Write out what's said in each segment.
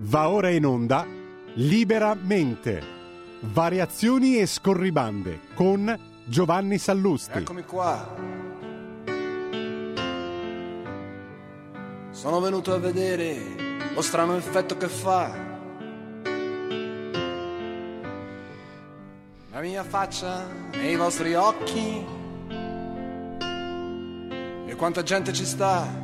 Va ora in onda Liberamente. Variazioni e scorribande con Giovanni Sallusti. Eccomi qua. Sono venuto a vedere lo strano effetto che fa la mia faccia nei vostri occhi e quanta gente ci sta.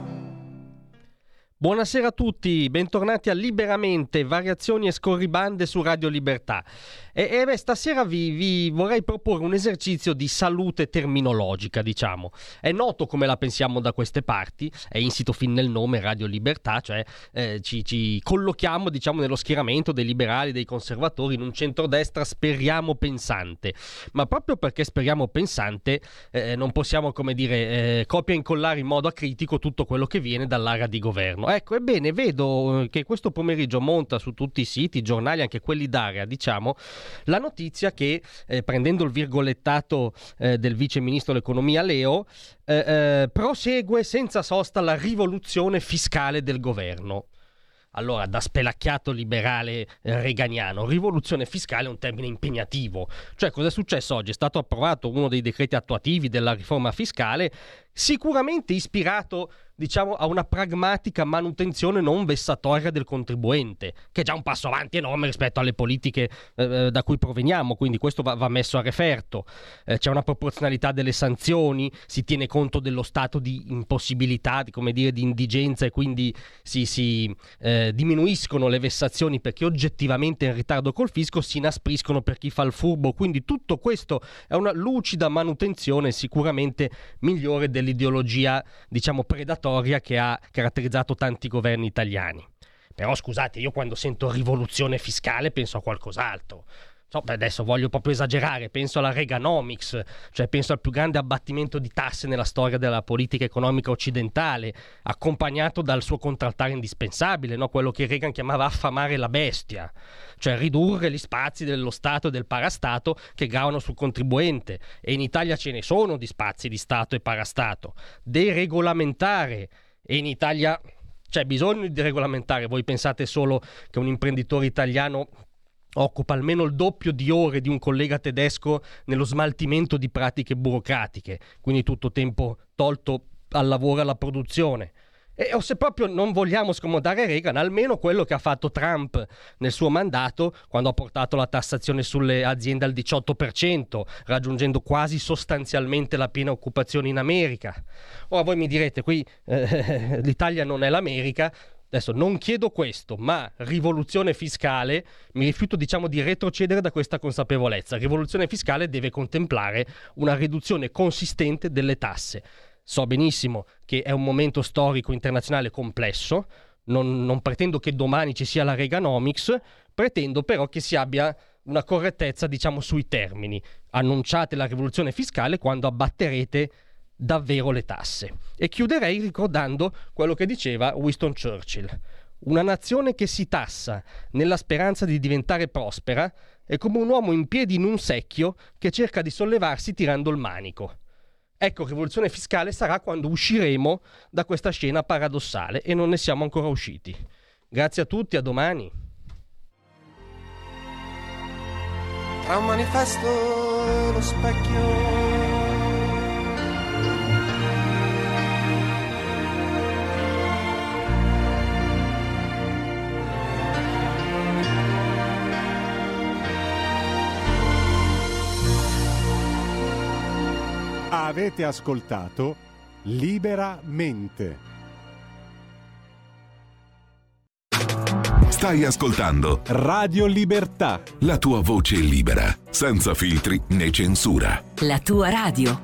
Buonasera a tutti, bentornati a Liberamente, variazioni e scorribande su Radio Libertà. Stasera vi vorrei proporre un esercizio di salute terminologica, diciamo. È noto come la pensiamo da queste parti, è insito fin nel nome Radio Libertà, cioè ci collochiamo, diciamo, nello schieramento dei liberali, dei conservatori, in un centrodestra speriamo pensante. Ma proprio perché speriamo pensante non possiamo, come dire, copia e incollare in modo acritico tutto quello che viene dall'area di governo. Ecco, ebbene, vedo che questo pomeriggio monta su tutti i siti, i giornali, anche quelli d'area, diciamo, la notizia che, prendendo il virgolettato del vice ministro dell'economia Leo, prosegue senza sosta la rivoluzione fiscale del governo. Allora, da spelacchiato liberale reganiano, rivoluzione fiscale è un termine impegnativo. Cioè, cosa è successo oggi? È stato approvato uno dei decreti attuativi della riforma fiscale, sicuramente ispirato, diciamo, a una pragmatica manutenzione non vessatoria del contribuente, che è già un passo avanti enorme rispetto alle politiche da cui proveniamo, quindi questo va messo a referto. C'è una proporzionalità delle sanzioni, si tiene conto dello stato di impossibilità, di indigenza, e quindi si diminuiscono le vessazioni per chi oggettivamente è in ritardo col fisco, si inaspriscono per chi fa il furbo, quindi tutto questo è una lucida manutenzione sicuramente migliore dell'ideologia, diciamo, predatoria che ha caratterizzato tanti governi italiani. Però scusate, io quando sento rivoluzione fiscale penso a qualcos'altro. Adesso voglio proprio esagerare, penso alla Reaganomics, cioè penso al più grande abbattimento di tasse nella storia della politica economica occidentale, accompagnato dal suo contraltare indispensabile, no? Quello che Reagan chiamava affamare la bestia, cioè ridurre gli spazi dello Stato e del parastato che gravano sul contribuente, e in Italia ce ne sono di spazi di Stato e parastato. Deregolamentare, e in Italia c'è bisogno di regolamentare. Voi pensate solo che un imprenditore italiano occupa almeno il doppio di ore di un collega tedesco nello smaltimento di pratiche burocratiche, quindi tutto tempo tolto al lavoro e alla produzione. O se proprio non vogliamo scomodare Reagan, almeno quello che ha fatto Trump nel suo mandato, quando ha portato la tassazione sulle aziende al 18%, raggiungendo quasi sostanzialmente la piena occupazione in America. Ora voi mi direte, qui l'Italia non è l'America. Adesso non chiedo questo, ma rivoluzione fiscale, mi rifiuto, diciamo, di retrocedere da questa consapevolezza. Rivoluzione fiscale deve contemplare una riduzione consistente delle tasse. So benissimo che è un momento storico internazionale complesso, non pretendo che domani ci sia la Reaganomics, pretendo però che si abbia una correttezza, diciamo, sui termini. Annunciate la rivoluzione fiscale quando abbatterete davvero le tasse. E chiuderei ricordando quello che diceva Winston Churchill: una nazione che si tassa nella speranza di diventare prospera è come un uomo in piedi in un secchio che cerca di sollevarsi tirando il manico. Ecco, rivoluzione fiscale sarà quando usciremo da questa scena paradossale, e non ne siamo ancora usciti. Grazie a tutti, a domani. Tra un manifesto e lo specchio, Avete ascoltato Liberamente. Stai ascoltando Radio Libertà. la tua voce libera, senza filtri né censura. La tua radio.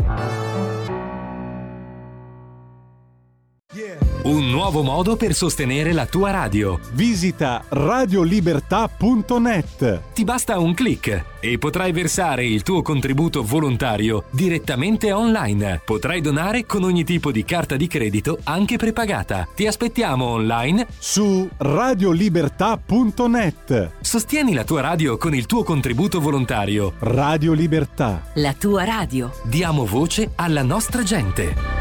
Un nuovo modo per sostenere la tua radio. Visita radiolibertà.net. Ti basta un click e potrai versare il tuo contributo volontario direttamente online. Potrai donare con ogni tipo di carta di credito, anche prepagata. Ti aspettiamo online su radiolibertà.net. Sostieni la tua radio con il tuo contributo volontario. Radio Libertà. La tua radio. Diamo voce alla nostra gente.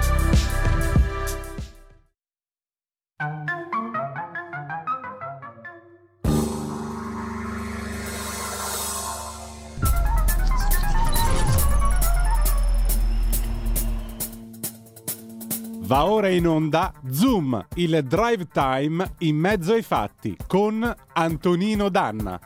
Va ora in onda Zoom, il drive time in mezzo ai fatti con Antonino Danna.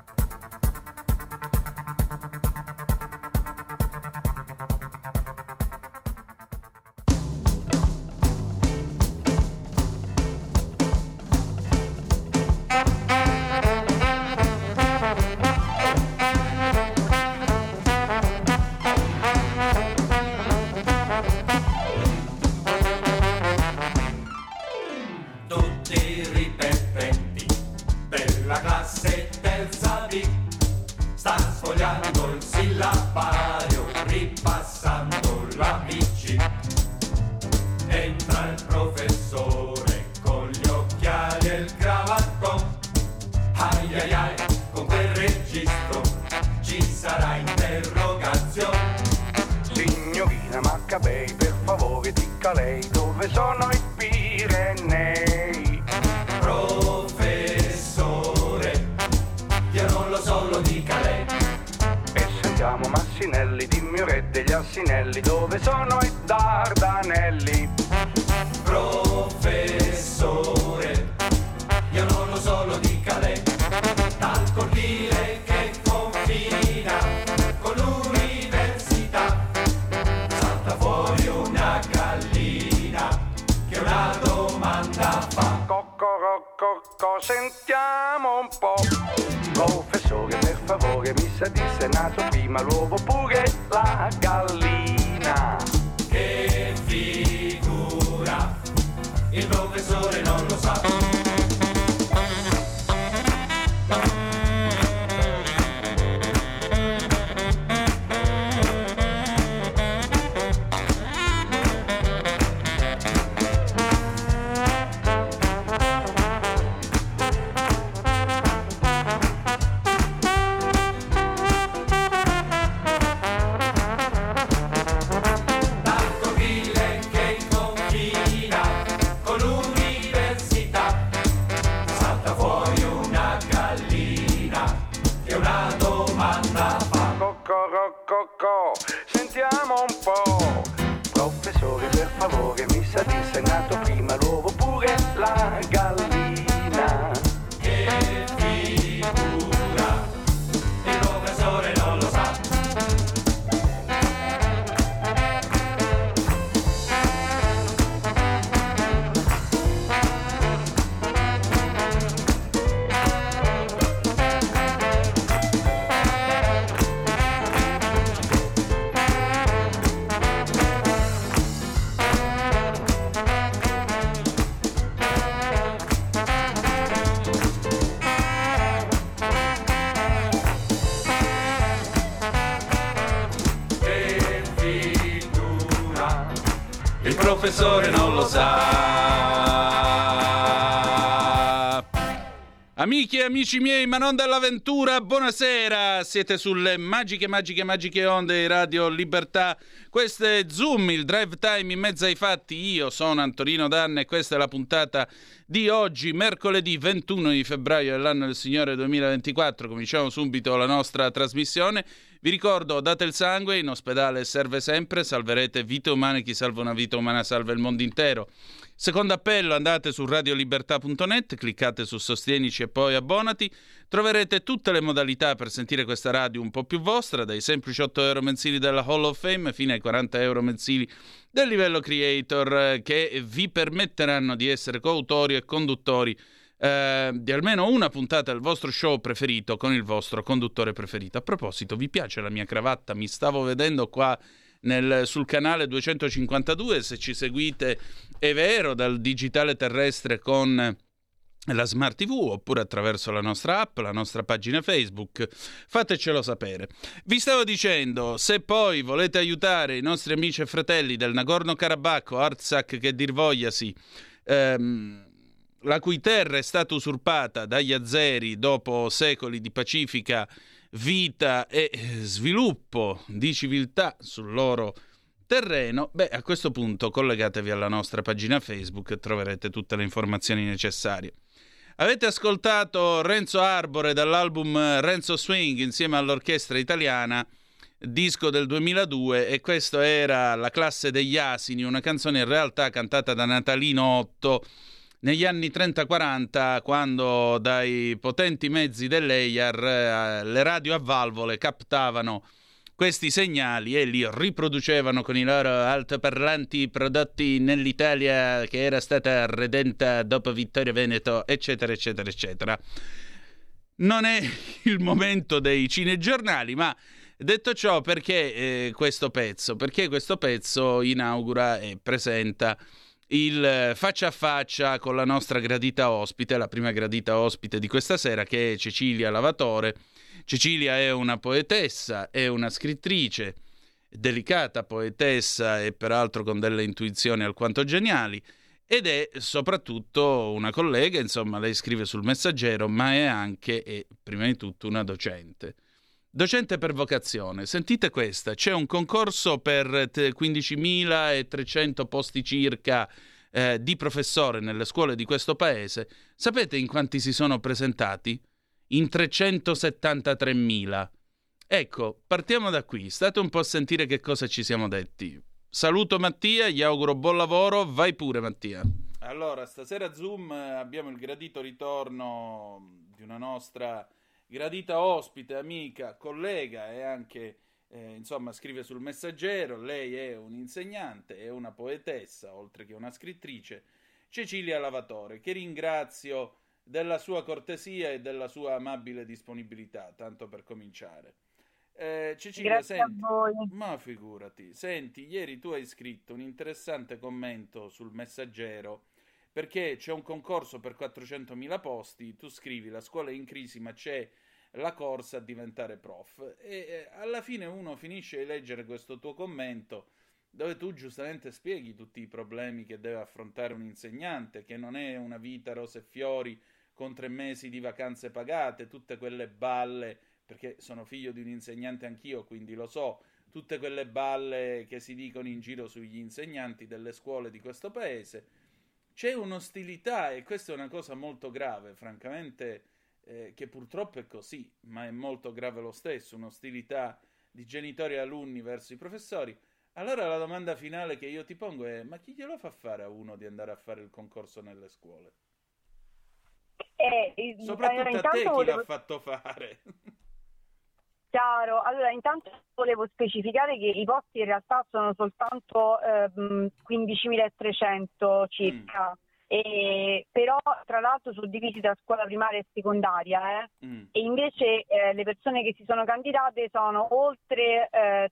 Sentiamo un po', professore, per favore, mi sa di se è nato prima l'uovo oppure la gallina. Che figura, il professore non lo sa. Sentiamo un po', professore, per favore, mi sa di se è nato prima l'uovo oppure la gallina. Che figura, il professore non lo sa. Il professore non lo sa. Amiche e amici miei, ma non dell'avventura, buonasera. Siete sulle magiche onde di Radio Libertà. Questo è Zoom, il drive time in mezzo ai fatti. Io sono Antonino Danna e questa è la puntata di oggi, mercoledì 21 di febbraio dell'anno del Signore 2024. Cominciamo subito la nostra trasmissione. Vi ricordo, date il sangue, in ospedale serve sempre, salverete vite umane, chi salva una vita umana salva il mondo intero. Secondo appello, andate su radiolibertà.net, cliccate su Sostienici e poi abbonati, troverete tutte le modalità per sentire questa radio un po' più vostra, dai semplici 8 euro mensili della Hall of Fame fino ai 40 euro mensili del livello creator, che vi permetteranno di essere coautori e conduttori di almeno una puntata del vostro show preferito con il vostro conduttore preferito. A proposito, vi piace la mia cravatta? Mi stavo vedendo qua sul canale 252, se ci seguite è vero, dal digitale terrestre con la Smart TV oppure attraverso la nostra app, la nostra pagina Facebook, fatecelo sapere. Vi stavo dicendo, se poi volete aiutare i nostri amici e fratelli del Nagorno-Karabakh, Artsakh che dir vogliasi, la cui terra è stata usurpata dagli azeri dopo secoli di pacifica vita e sviluppo di civiltà sul loro terreno, a questo punto collegatevi alla nostra pagina Facebook e troverete tutte le informazioni necessarie. Avete ascoltato Renzo Arbore dall'album Renzo Swing insieme all'orchestra italiana disco del 2002, e questo era La classe degli asini, una canzone in realtà cantata da Natalino Otto negli anni 30-40, quando dai potenti mezzi dell'EIAR le radio a valvole captavano questi segnali e li riproducevano con i loro altoparlanti prodotti nell'Italia che era stata redenta dopo Vittorio Veneto, eccetera, eccetera, eccetera. Non è il momento dei cinegiornali, ma detto ciò, perché questo pezzo? Perché questo pezzo inaugura e presenta il faccia a faccia con la nostra gradita ospite, la prima gradita ospite di questa sera, che è Cecilia Lavatore. Cecilia è una poetessa, è una scrittrice, delicata poetessa e peraltro con delle intuizioni alquanto geniali, ed è soprattutto una collega, insomma, lei scrive sul Messaggero, ma è anche e prima di tutto una docente. Docente per vocazione. Sentite questa, c'è un concorso per 15.300 posti circa di professore nelle scuole di questo paese. Sapete in quanti si sono presentati? In 373.000. Ecco, partiamo da qui, state un po' a sentire che cosa ci siamo detti. Saluto Mattia, gli auguro buon lavoro, vai pure Mattia. Allora, stasera Zoom abbiamo il gradito ritorno di una nostra gradita ospite, amica, collega e anche, insomma, scrive sul Messaggero. Lei è un'insegnante, è una poetessa, oltre che una scrittrice, Cecilia Lavatore, che ringrazio della sua cortesia e della sua amabile disponibilità, tanto per cominciare. Cecilia, Grazie senti, a voi. ma figurati, senti, ieri tu hai scritto un interessante commento sul Messaggero, perché c'è un concorso per 400.000 posti, tu scrivi la scuola è in crisi ma c'è la corsa a diventare prof, e alla fine uno finisce di leggere questo tuo commento dove tu giustamente spieghi tutti i problemi che deve affrontare un insegnante, che non è una vita rose e fiori con 3 mesi di vacanze pagate, tutte quelle balle, perché sono figlio di un insegnante anch'io, quindi lo so, tutte quelle balle che si dicono in giro sugli insegnanti delle scuole di questo paese. C'è un'ostilità, e questa è una cosa molto grave, francamente, che purtroppo è così, ma è molto grave lo stesso, un'ostilità di genitori e alunni verso i professori. Allora la domanda finale che io ti pongo è: ma chi glielo fa fare a uno di andare a fare il concorso nelle scuole? Soprattutto a te chi l'ha fatto fare? Chiaro, allora intanto volevo specificare che i posti in realtà sono soltanto 15.300 circa, però tra l'altro suddivisi tra scuola primaria e secondaria, e invece le persone che si sono candidate sono oltre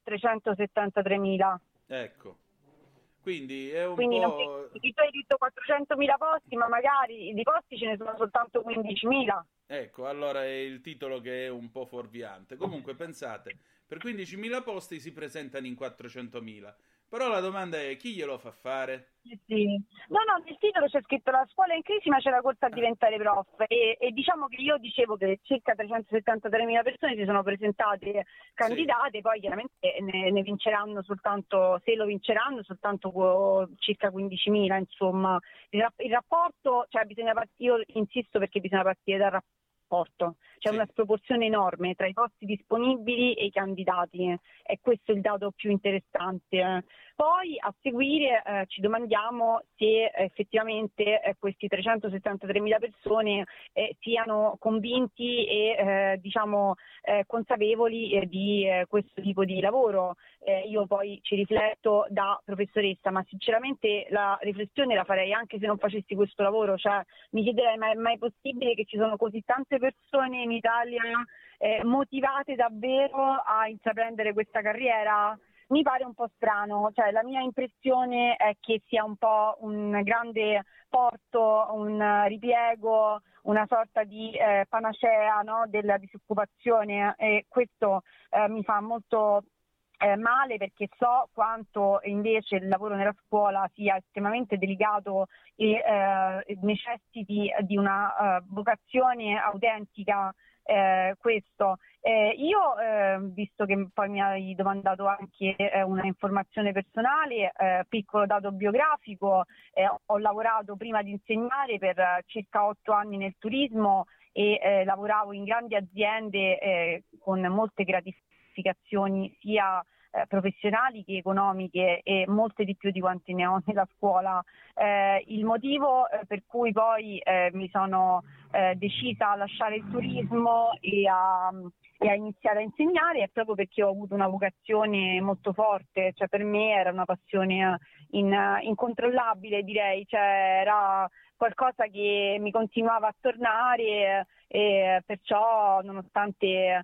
373.000. Ecco, quindi è un quindi po'... tu hai detto 400.000 posti, ma magari di posti ce ne sono soltanto 15.000. Ecco, allora è il titolo che è un po' fuorviante. Comunque pensate, per 15.000 posti si presentano in 400.000. Però la domanda è: chi glielo fa fare? Sì. No, nel titolo c'è scritto la scuola è in crisi ma c'è la corsa a diventare prof, e diciamo che io dicevo che circa 373.000 persone si sono presentate candidate, sì. Poi chiaramente ne vinceranno soltanto, se lo vinceranno, soltanto circa 15.000, insomma. Il rapporto, cioè io insisto perché bisogna partire dal rapporto. C'è una sproporzione enorme tra i posti disponibili e i candidati, e questo è il dato più interessante. Poi a seguire ci domandiamo se effettivamente questi 373.000 persone siano convinti e consapevoli di questo tipo di lavoro. Io poi ci rifletto da professoressa, ma sinceramente la riflessione la farei anche se non facessi questo lavoro, cioè mi chiederei: ma è mai possibile che ci sono così tante persone in Italia motivate davvero a intraprendere questa carriera? Mi pare un po' strano, cioè la mia impressione è che sia un po' un grande porto, un ripiego, una sorta di panacea, no, della disoccupazione, e questo mi fa molto male, perché so quanto invece il lavoro nella scuola sia estremamente delicato e necessiti di una vocazione autentica. Questo io, visto che poi mi hai domandato anche una informazione personale, piccolo dato biografico, ho lavorato prima di insegnare per circa 8 anni nel turismo e lavoravo in grandi aziende con molte gratificazioni qualificazioni sia professionali che economiche, e molte di più di quanti ne ho nella scuola. Il motivo per cui poi mi sono decisa a lasciare il turismo e a iniziare a insegnare è proprio perché ho avuto una vocazione molto forte, cioè per me era una passione incontrollabile, direi, cioè era qualcosa che mi continuava a tornare, e perciò nonostante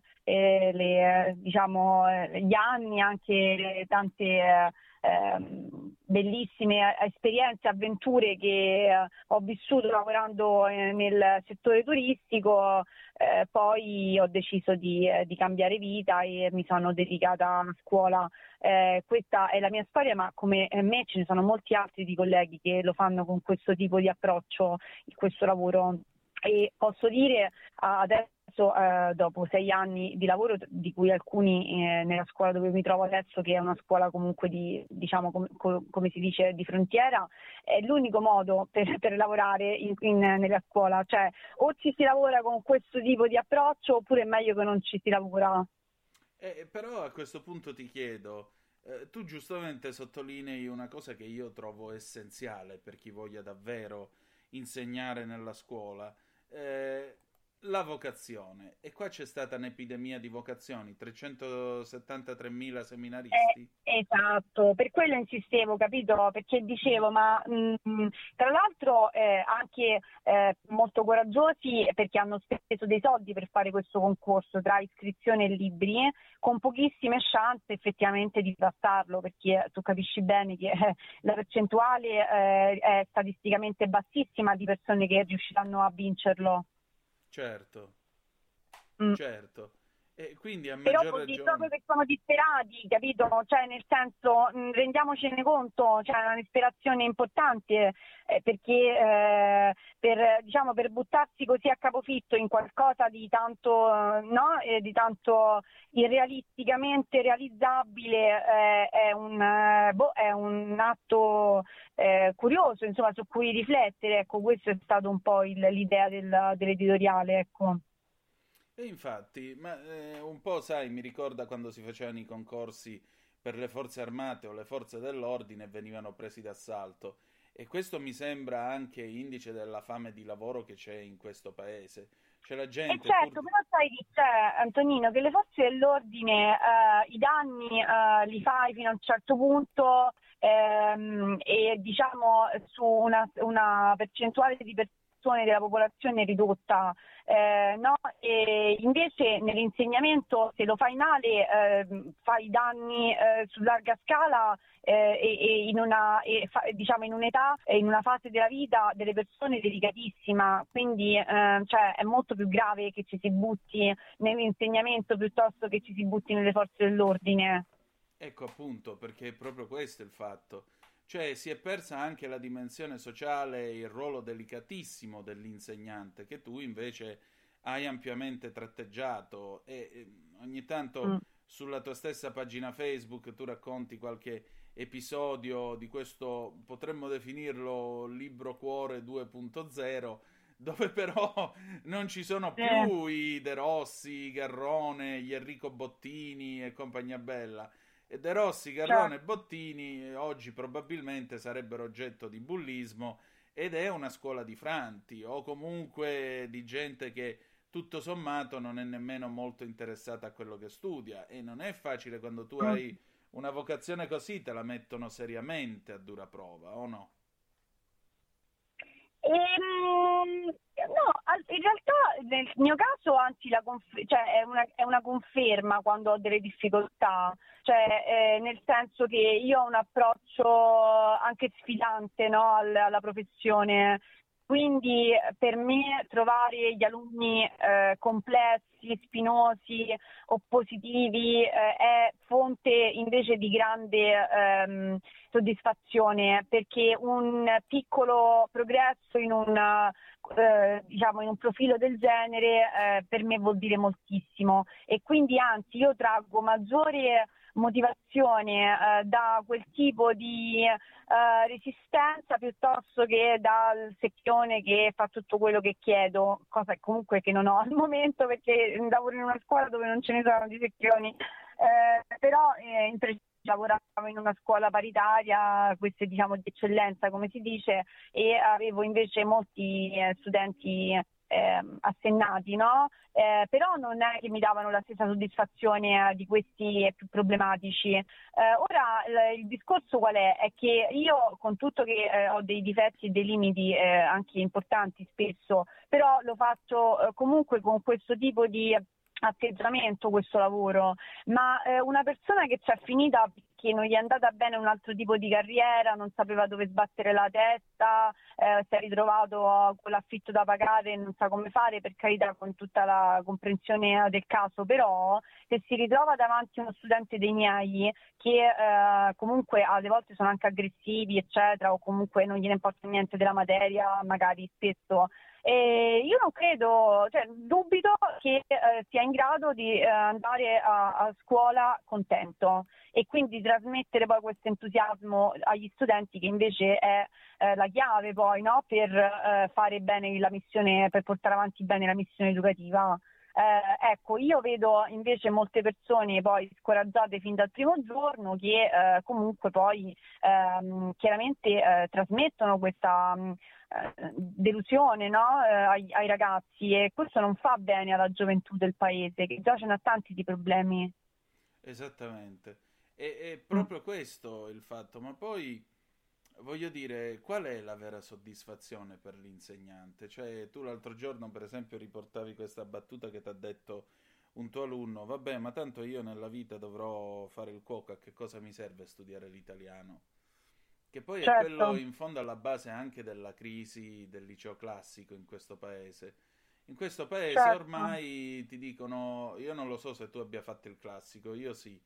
gli anni, anche tante bellissime esperienze, avventure che ho vissuto lavorando nel settore turistico, poi ho deciso di cambiare vita e mi sono dedicata alla scuola. Questa è la mia storia, ma come me ce ne sono molti altri di colleghi che lo fanno con questo tipo di approccio in questo lavoro. E posso dire adesso, dopo 6 anni di lavoro, di cui alcuni nella scuola dove mi trovo adesso, che è una scuola comunque come si dice, di frontiera, è l'unico modo per lavorare nella scuola, cioè o ci si lavora con questo tipo di approccio oppure è meglio che non ci si lavora. Però a questo punto ti chiedo, tu giustamente sottolinei una cosa che io trovo essenziale per chi voglia davvero insegnare nella scuola, la vocazione. E qua c'è stata un'epidemia di vocazioni, 373.000 seminaristi. Esatto, per quello insistevo, capito? Perché dicevo, ma tra l'altro anche molto coraggiosi, perché hanno speso dei soldi per fare questo concorso tra iscrizione e libri, con pochissime chance effettivamente di passarlo, perché tu capisci bene che la percentuale è statisticamente bassissima di persone che riusciranno a vincerlo. Certo. E quindi a però maggior ragione, proprio che sono disperati, capito? Cioè, nel senso, rendiamocene conto, cioè è una disperazione importante, perché per buttarsi così a capofitto in qualcosa di tanto di tanto irrealisticamente realizzabile, è un atto curioso, insomma, su cui riflettere. Ecco, questo è stato un po' l'idea dell'editoriale, ecco. E infatti, ma un po', sai, mi ricorda quando si facevano i concorsi per le forze armate o le forze dell'ordine e venivano presi d'assalto. E questo mi sembra anche indice della fame di lavoro che c'è in questo paese. C'è la gente... certo, però sai che c'è, Antonino, che le forze dell'ordine i danni li fai fino a un certo punto, e diciamo su una percentuale di persone della popolazione ridotta, no? E invece nell'insegnamento, se lo fai male, fai danni su larga scala, in un'età e in una fase della vita delle persone delicatissima, quindi cioè è molto più grave che ci si butti nell'insegnamento piuttosto che ci si butti nelle forze dell'ordine. Ecco appunto, perché è proprio questo il fatto. Cioè si è persa anche la dimensione sociale e il ruolo delicatissimo dell'insegnante, che tu invece hai ampiamente tratteggiato, e ogni tanto sulla tua stessa pagina Facebook tu racconti qualche episodio di questo, potremmo definirlo libro cuore 2.0, dove però non ci sono più i De Rossi, i Garrone, gli Enrico Bottini e compagnia bella. E De Rossi, Garrone e Bottini oggi probabilmente sarebbero oggetto di bullismo, ed è una scuola di franti, o comunque di gente che tutto sommato non è nemmeno molto interessata a quello che studia. E non è facile, quando tu hai una vocazione così, te la mettono seriamente a dura prova, o no? No, in realtà nel mio caso anzi è una conferma quando ho delle difficoltà, cioè nel senso che io ho un approccio anche sfidante, no, alla professione. Quindi per me trovare gli alunni complessi, spinosi, oppositivi è fonte invece di grande soddisfazione, perché un piccolo progresso in un profilo del genere per me vuol dire moltissimo, e quindi anzi io traggo maggiore motivazione da quel tipo di resistenza piuttosto che dal secchione che fa tutto quello che chiedo, cosa comunque che non ho al momento, perché lavoro in una scuola dove non ce ne sono di secchioni. però in precedenza lavoravo in una scuola paritaria, questa diciamo di eccellenza come si dice, e avevo invece molti studenti assennati, no? Però non è che mi davano la stessa soddisfazione di questi più problematici. Ora il discorso qual è? È che io, con tutto che ho dei difetti e dei limiti anche importanti spesso, però lo faccio comunque con questo tipo di atteggiamento, questo lavoro, ma una persona che c'è finita perché non gli è andata bene un altro tipo di carriera, non sapeva dove sbattere la testa, si è ritrovato con l'affitto da pagare e non sa come fare, per carità, con tutta la comprensione del caso, però se si ritrova davanti uno studente dei miei che comunque alle volte sono anche aggressivi eccetera, o comunque non gliene importa niente della materia, magari spesso, io non credo, cioè dubito che sia in grado di andare a scuola contento e quindi trasmettere poi questo entusiasmo agli studenti, che invece è la chiave poi, no, per fare bene la missione, per portare avanti bene la missione educativa. Ecco, io vedo invece molte persone poi scoraggiate fin dal primo giorno che comunque poi chiaramente trasmettono questa delusione, no? ai ragazzi, e questo non fa bene alla gioventù del paese, che già ce n'ha tanti di problemi. Esattamente, è proprio questo il fatto, ma poi voglio dire, qual è la vera soddisfazione per l'insegnante? Cioè, tu l'altro giorno, per esempio, riportavi questa battuta che ti ha detto un tuo alunno: vabbè, ma tanto io nella vita dovrò fare il cuoco, a che cosa mi serve studiare l'italiano? Che poi è quello in fondo alla base anche della crisi del liceo classico in questo paese. In questo paese ormai ti dicono, io non lo so se tu abbia fatto il classico, io sì,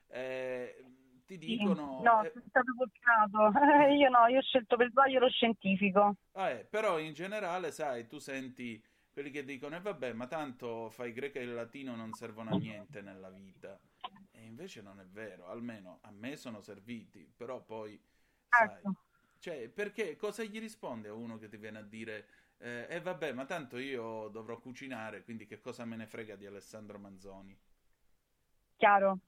ti dicono... No, sono stato fortunato. Io no, io ho scelto per sbaglio lo scientifico. Però in generale, sai, tu senti quelli che dicono vabbè, ma tanto fai greco e il latino non servono a niente nella vita. E invece non è vero, almeno a me sono serviti, però poi, sai, cioè, perché cosa gli risponde a uno che ti viene a dire vabbè, ma tanto io dovrò cucinare, quindi che cosa me ne frega di Alessandro Manzoni? Chiaro.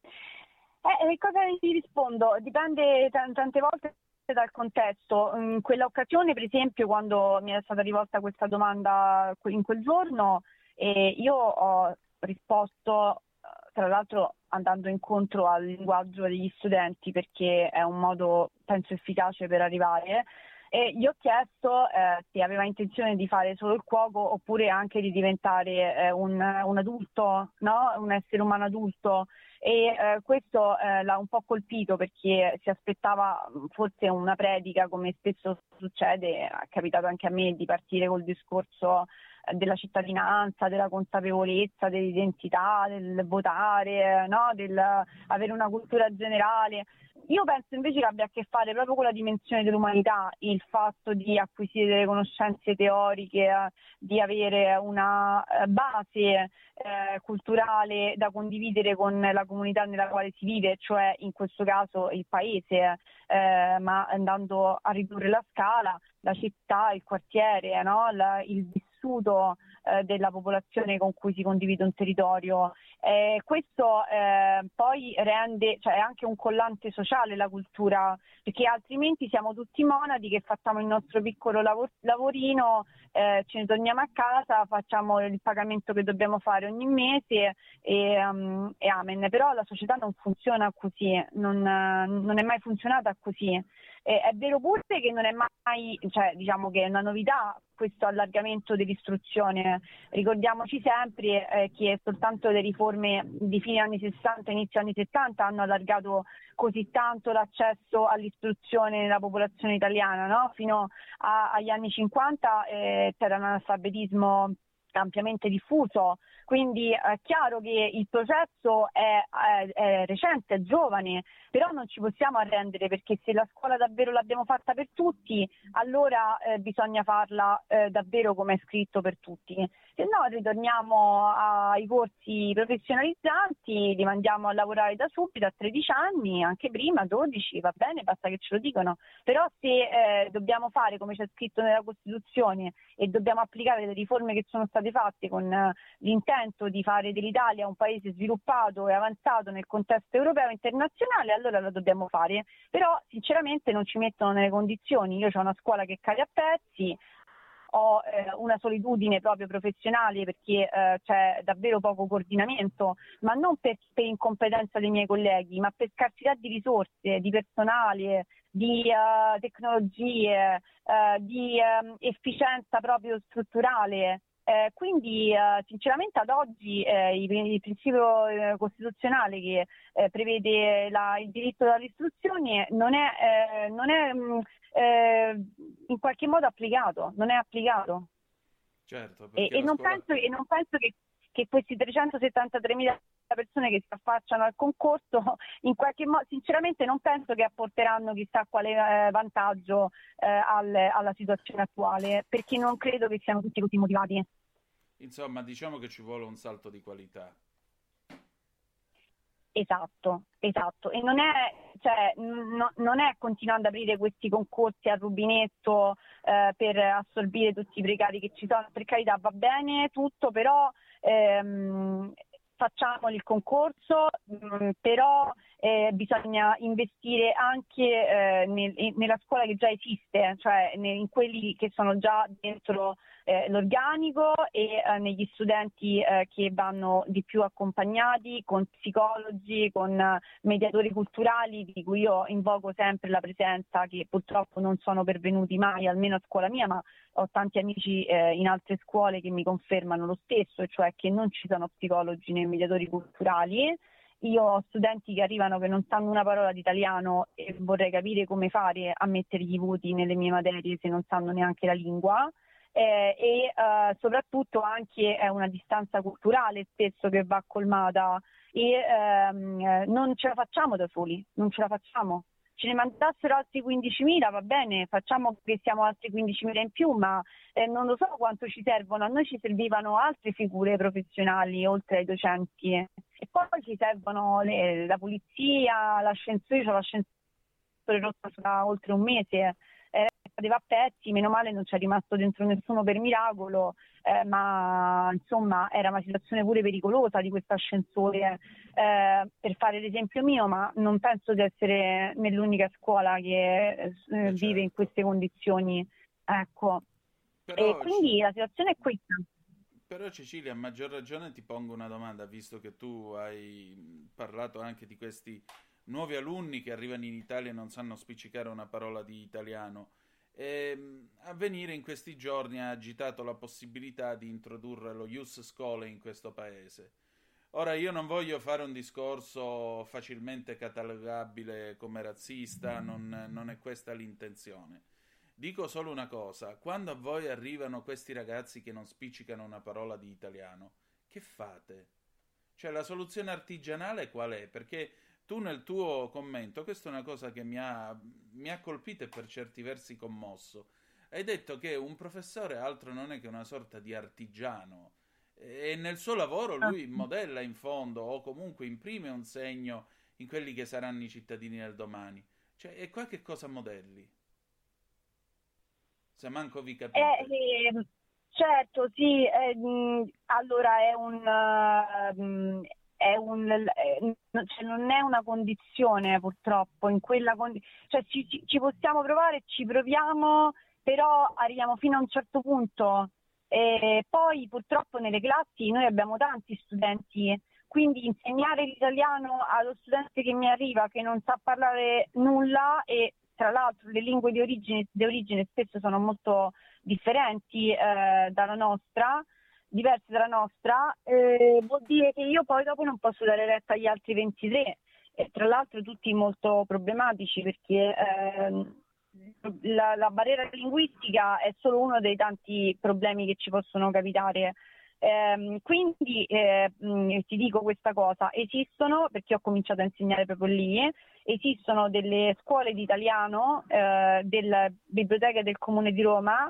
Cosa gli rispondo? Dipende tante volte dal contesto. In quell'occasione, per esempio, quando mi è stata rivolta questa domanda in quel giorno, io ho risposto, tra l'altro andando incontro al linguaggio degli studenti, perché è un modo, penso, efficace per arrivare, e gli ho chiesto se aveva intenzione di fare solo il cuoco oppure anche di diventare un adulto, no? Un essere umano adulto. E questo l'ha un po' colpito, perché si aspettava forse una predica, come spesso succede, è capitato anche a me, di partire col discorso della cittadinanza, della consapevolezza, dell'identità, del votare, no? Del avere una cultura generale. Io penso invece che abbia a che fare proprio con la dimensione dell'umanità, il fatto di acquisire delle conoscenze teoriche, di avere una base culturale da condividere con la comunità nella quale si vive, cioè in questo caso il paese, ma andando a ridurre la scala, la città, il quartiere, no? Il vissuto della popolazione con cui si condivide un territorio. Questo poi rende, cioè è anche un collante sociale la cultura, perché altrimenti siamo tutti monadi che facciamo il nostro piccolo lavorino, ce ne torniamo a casa, facciamo il pagamento che dobbiamo fare ogni mese e amen. Però la società non funziona così, non è mai funzionata così. È vero pure che non è mai, cioè diciamo che è una novità questo allargamento dell'istruzione. Ricordiamoci sempre che soltanto le riforme di fine anni 60, inizio anni 70 hanno allargato così tanto l'accesso all'istruzione nella popolazione italiana, no? Fino agli anni 50 c'era un analfabetismo ampiamente diffuso, quindi è chiaro che il processo è recente, è giovane, però non ci possiamo arrendere, perché se la scuola davvero l'abbiamo fatta per tutti, allora bisogna farla davvero come è scritto per tutti. se no ritorniamo ai corsi professionalizzanti, li mandiamo a lavorare da subito a 13 anni, anche prima, 12, va bene, basta che ce lo dicono. Però se dobbiamo fare come c'è scritto nella Costituzione e dobbiamo applicare le riforme che sono state fatte con l'intento di fare dell'Italia un paese sviluppato e avanzato nel contesto europeo e internazionale, allora lo dobbiamo fare. Però sinceramente non ci mettono nelle condizioni. Io ho una scuola che cade a pezzi, ho una solitudine proprio professionale perché c'è davvero poco coordinamento, ma non per incompetenza dei miei colleghi, ma per scarsità di risorse, di personale, di tecnologie, di efficienza proprio strutturale. Quindi sinceramente ad oggi il principio costituzionale che prevede il diritto all'istruzione non è in qualche modo applicato, non è applicato. Certo, e non penso che questi 373.000 persone che si affacciano al concorso in qualche modo, sinceramente non penso che apporteranno chissà quale vantaggio alla situazione attuale, perché non credo che siano tutti così motivati. Insomma, diciamo che ci vuole un salto di qualità. Esatto, e non è continuando ad aprire questi concorsi a rubinetto per assorbire tutti i precari che ci sono. Per carità, va bene tutto, però facciamo il concorso, però bisogna investire anche nella scuola che già esiste, cioè in quelli che sono già dentro l'organico e negli studenti che vanno di più accompagnati, con psicologi, con mediatori culturali, di cui io invoco sempre la presenza, che purtroppo non sono pervenuti mai, almeno a scuola mia, ma ho tanti amici in altre scuole che mi confermano lo stesso, cioè che non ci sono psicologi né mediatori culturali. Io ho studenti che arrivano che non sanno una parola di italiano e vorrei capire come fare a mettergli i voti nelle mie materie se non sanno neanche la lingua. Soprattutto anche è una distanza culturale spesso che va colmata e non ce la facciamo da soli, non ce la facciamo. Ce ne mandassero altri 15.000, va bene, facciamo che siamo altri 15.000 in più, ma non lo so quanto ci servono. A noi ci servivano altre figure professionali oltre ai docenti e poi ci servono la polizia, l'ascensore, c'ho l'ascensore rotto da oltre un mese, cadeva a pezzi, meno male non c'è rimasto dentro nessuno per miracolo, ma insomma era una situazione pure pericolosa di questo ascensore, per fare l'esempio mio, ma non penso di essere nell'unica scuola che vive in queste condizioni, ecco. Però, e quindi la situazione è questa. Però Cecilia, a maggior ragione ti pongo una domanda, visto che tu hai parlato anche di questi nuovi alunni che arrivano in Italia e non sanno spiccicare una parola di italiano. Avvenire in questi giorni ha agitato la possibilità di introdurre lo Ius Scholae in questo paese. Ora, io non voglio fare un discorso facilmente catalogabile come razzista, non è questa l'intenzione. Dico solo una cosa: quando a voi arrivano questi ragazzi che non spiccicano una parola di italiano, che fate? Cioè, la soluzione artigianale qual è? Perché tu nel tuo commento, questa è una cosa che mi ha colpito e per certi versi commosso, hai detto che un professore altro non è che una sorta di artigiano e nel suo lavoro lui modella in fondo o comunque imprime un segno in quelli che saranno i cittadini del domani. Cioè, e qua che cosa modelli? Se manco vi capite. Certo, sì, allora cioè non è una condizione purtroppo, in quella cioè ci possiamo provare, ci proviamo, però arriviamo fino a un certo punto e poi purtroppo nelle classi noi abbiamo tanti studenti, quindi insegnare l'italiano allo studente che mi arriva che non sa parlare nulla, e tra l'altro le lingue di origine spesso sono molto differenti dalla nostra, diverse dalla nostra, vuol dire che io poi dopo non posso dare retta agli altri 23, e tra l'altro tutti molto problematici, perché la barriera linguistica è solo uno dei tanti problemi che ci possono capitare. Quindi ti dico questa cosa: esistono, perché ho cominciato a insegnare proprio lì, esistono delle scuole di italiano della biblioteca del Comune di Roma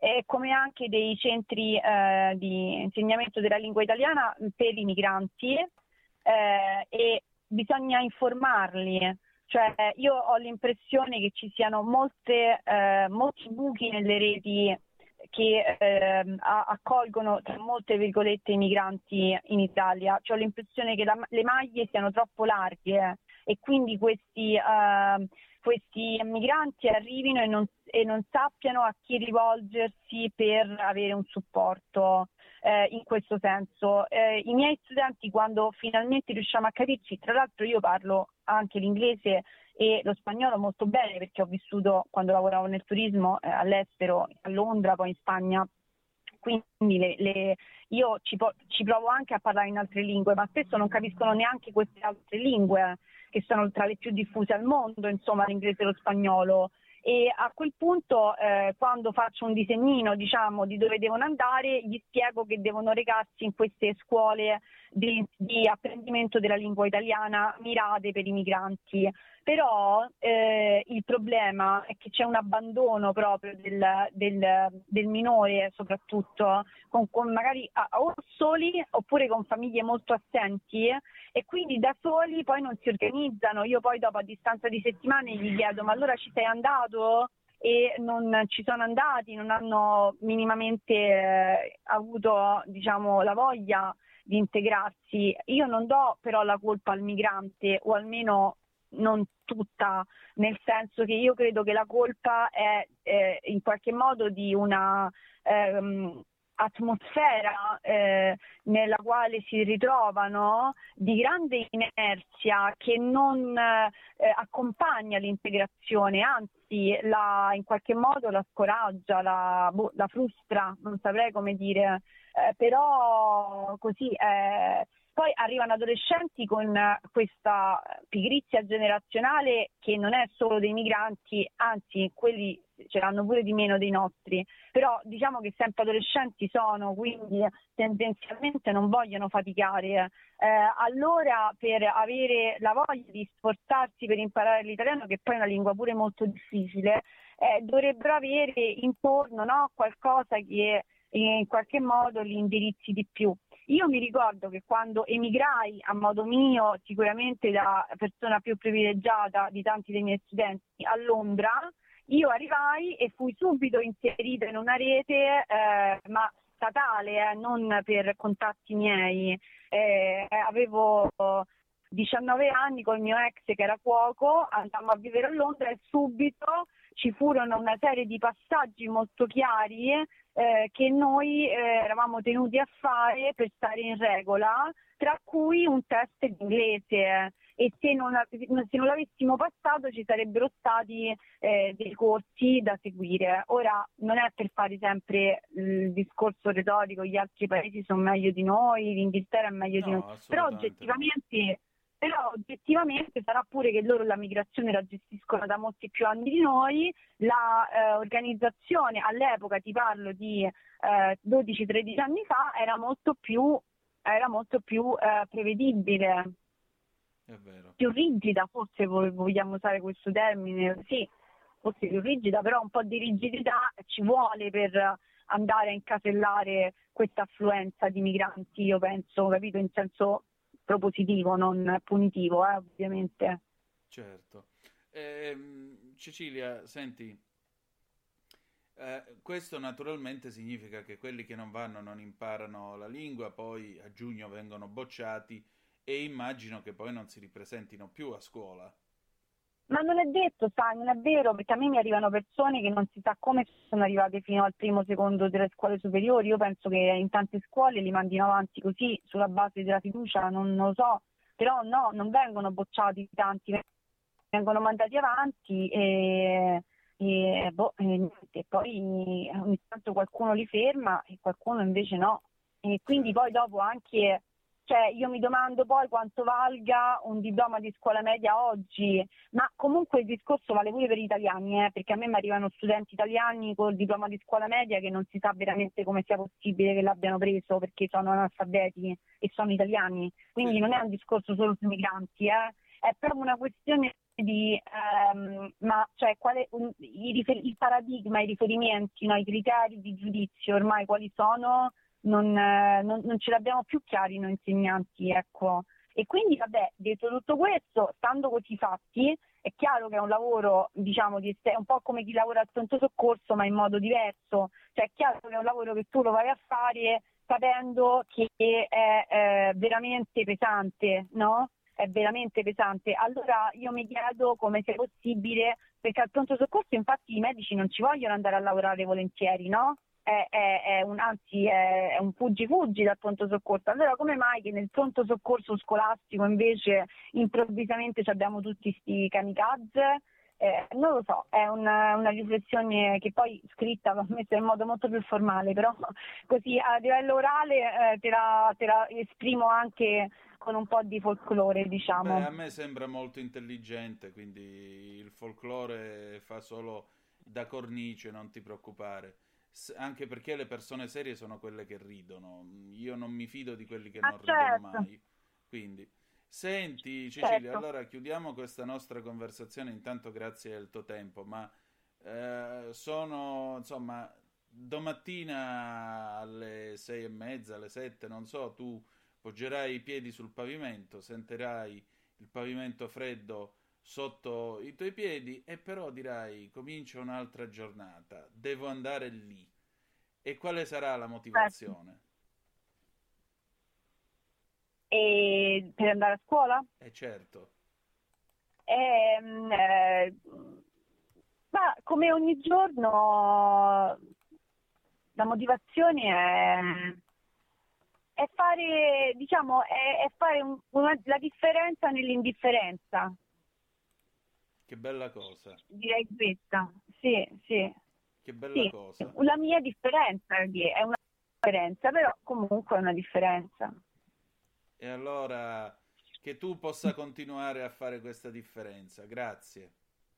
come anche dei centri di insegnamento della lingua italiana per i migranti, e bisogna informarli. Cioè, io ho l'impressione che ci siano molti buchi nelle reti che accolgono, tra molte virgolette, i migranti in Italia. Cioè, ho l'impressione che le maglie siano troppo larghe e quindi questi migranti arrivino e non sappiano a chi rivolgersi per avere un supporto in questo senso. I miei studenti, quando finalmente riusciamo a capirci, tra l'altro io parlo anche l'inglese e lo spagnolo molto bene, perché ho vissuto, quando lavoravo nel turismo, all'estero, a Londra, poi in Spagna, quindi io ci provo anche a parlare in altre lingue, ma spesso non capiscono neanche queste altre lingue, che sono tra le più diffuse al mondo, insomma l'inglese e lo spagnolo. E a quel punto, quando faccio un disegnino, diciamo, di dove devono andare, gli spiego che devono recarsi in queste scuole di apprendimento della lingua italiana mirate per i migranti. Però il problema è che c'è un abbandono proprio del minore, soprattutto, con magari o soli oppure con famiglie molto assenti, e quindi da soli poi non si organizzano. Io poi dopo, a distanza di settimane, gli chiedo: ma allora ci sei andato? E non ci sono andati, non hanno minimamente avuto, diciamo, la voglia di integrarsi. Io non do però la colpa al migrante, o almeno non tutta, nel senso che io credo che la colpa è in qualche modo di una atmosfera nella quale si ritrovano, di grande inerzia, che non accompagna l'integrazione, anzi in qualche modo la scoraggia, la frustra, non saprei come dire, però così poi arrivano adolescenti con questa pigrizia generazionale che non è solo dei migranti, anzi quelli ce l'hanno pure di meno dei nostri, però diciamo che sempre adolescenti sono, quindi tendenzialmente non vogliono faticare. Allora, per avere la voglia di sforzarsi per imparare l'italiano, che poi è una lingua pure molto difficile, dovrebbero avere intorno, no, qualcosa che in qualche modo li indirizzi di più. Io mi ricordo che quando emigrai a modo mio, sicuramente da persona più privilegiata di tanti dei miei studenti, a Londra, io arrivai e fui subito inserita in una rete, ma statale, non per contatti miei. Avevo 19 anni col mio ex che era cuoco, andammo a vivere a Londra e subito ci furono una serie di passaggi molto chiari che noi eravamo tenuti a fare per stare in regola, tra cui un test di inglese, e se non l'avessimo passato ci sarebbero stati dei corsi da seguire. Ora, non è per fare sempre il discorso retorico, gli altri paesi sono meglio di noi, l'Inghilterra è meglio di noi, però oggettivamente sarà pure che loro la migrazione la gestiscono da molti più anni di noi, la organizzazione all'epoca, ti parlo di 12-13 anni fa, era molto più prevedibile, è vero, più rigida, forse vogliamo usare questo termine, sì, forse più rigida, però un po' di rigidità ci vuole per andare a incasellare questa affluenza di migranti, io penso, capito, in senso propositivo, non punitivo, ovviamente. Certo. Cecilia, senti, questo naturalmente significa che quelli che non vanno non imparano la lingua, poi a giugno vengono bocciati e immagino che poi non si ripresentino più a scuola. Ma non è detto, sai, non è vero, perché a me mi arrivano persone che non si sa come sono arrivate fino al primo, secondo delle scuole superiori. Io penso che in tante scuole li mandino avanti così, sulla base della fiducia, non lo so, però no, non vengono bocciati tanti, vengono mandati avanti e poi ogni tanto qualcuno li ferma e qualcuno invece no, e quindi poi dopo anche... Cioè, io mi domando poi quanto valga un diploma di scuola media oggi, ma comunque il discorso vale pure per gli italiani, perché a me mi arrivano studenti italiani col diploma di scuola media che non si sa veramente come sia possibile che l'abbiano preso, perché sono analfabeti e sono italiani, quindi non è un discorso solo sui migranti, è proprio una questione ma cioè il paradigma, i riferimenti, no, i criteri di giudizio ormai quali sono, non ce l'abbiamo più chiari noi insegnanti, ecco. E quindi vabbè, detto tutto questo, stando così fatti, è chiaro che è un lavoro, diciamo, è un po' come chi lavora al pronto soccorso ma in modo diverso, cioè è chiaro che è un lavoro che tu lo vai a fare sapendo che è veramente pesante, no? È veramente pesante. Allora io mi chiedo come sia possibile, perché al pronto soccorso infatti i medici non ci vogliono andare a lavorare volentieri, no? È un fuggi dal pronto soccorso. Allora come mai che nel pronto soccorso scolastico invece improvvisamente abbiamo tutti sti kamikaze? Non lo so, è una riflessione che poi scritta va messa in modo molto più formale, però così a livello orale te la esprimo anche con un po' di folklore, diciamo. Beh, a me sembra molto intelligente, quindi il folklore fa solo da cornice, non ti preoccupare. Anche perché le persone serie sono quelle che ridono. Io non mi fido di quelli che non ridono mai. Quindi, senti Cecilia, allora chiudiamo questa nostra conversazione. Intanto grazie al tuo tempo, ma sono, insomma, domattina alle 6:30, alle 7, non so, tu poggerai i piedi sul pavimento, sentirai il pavimento freddo sotto i tuoi piedi e però dirai: comincia un'altra giornata, devo andare lì. E quale sarà la motivazione? E per andare a scuola? Certo. Ma come ogni giorno la motivazione è fare, diciamo, è fare la differenza nell'indifferenza. Che bella cosa. Direi questa, sì. Che bella cosa. La mia differenza è una differenza, però comunque è una differenza. E allora che tu possa continuare a fare questa differenza. Grazie.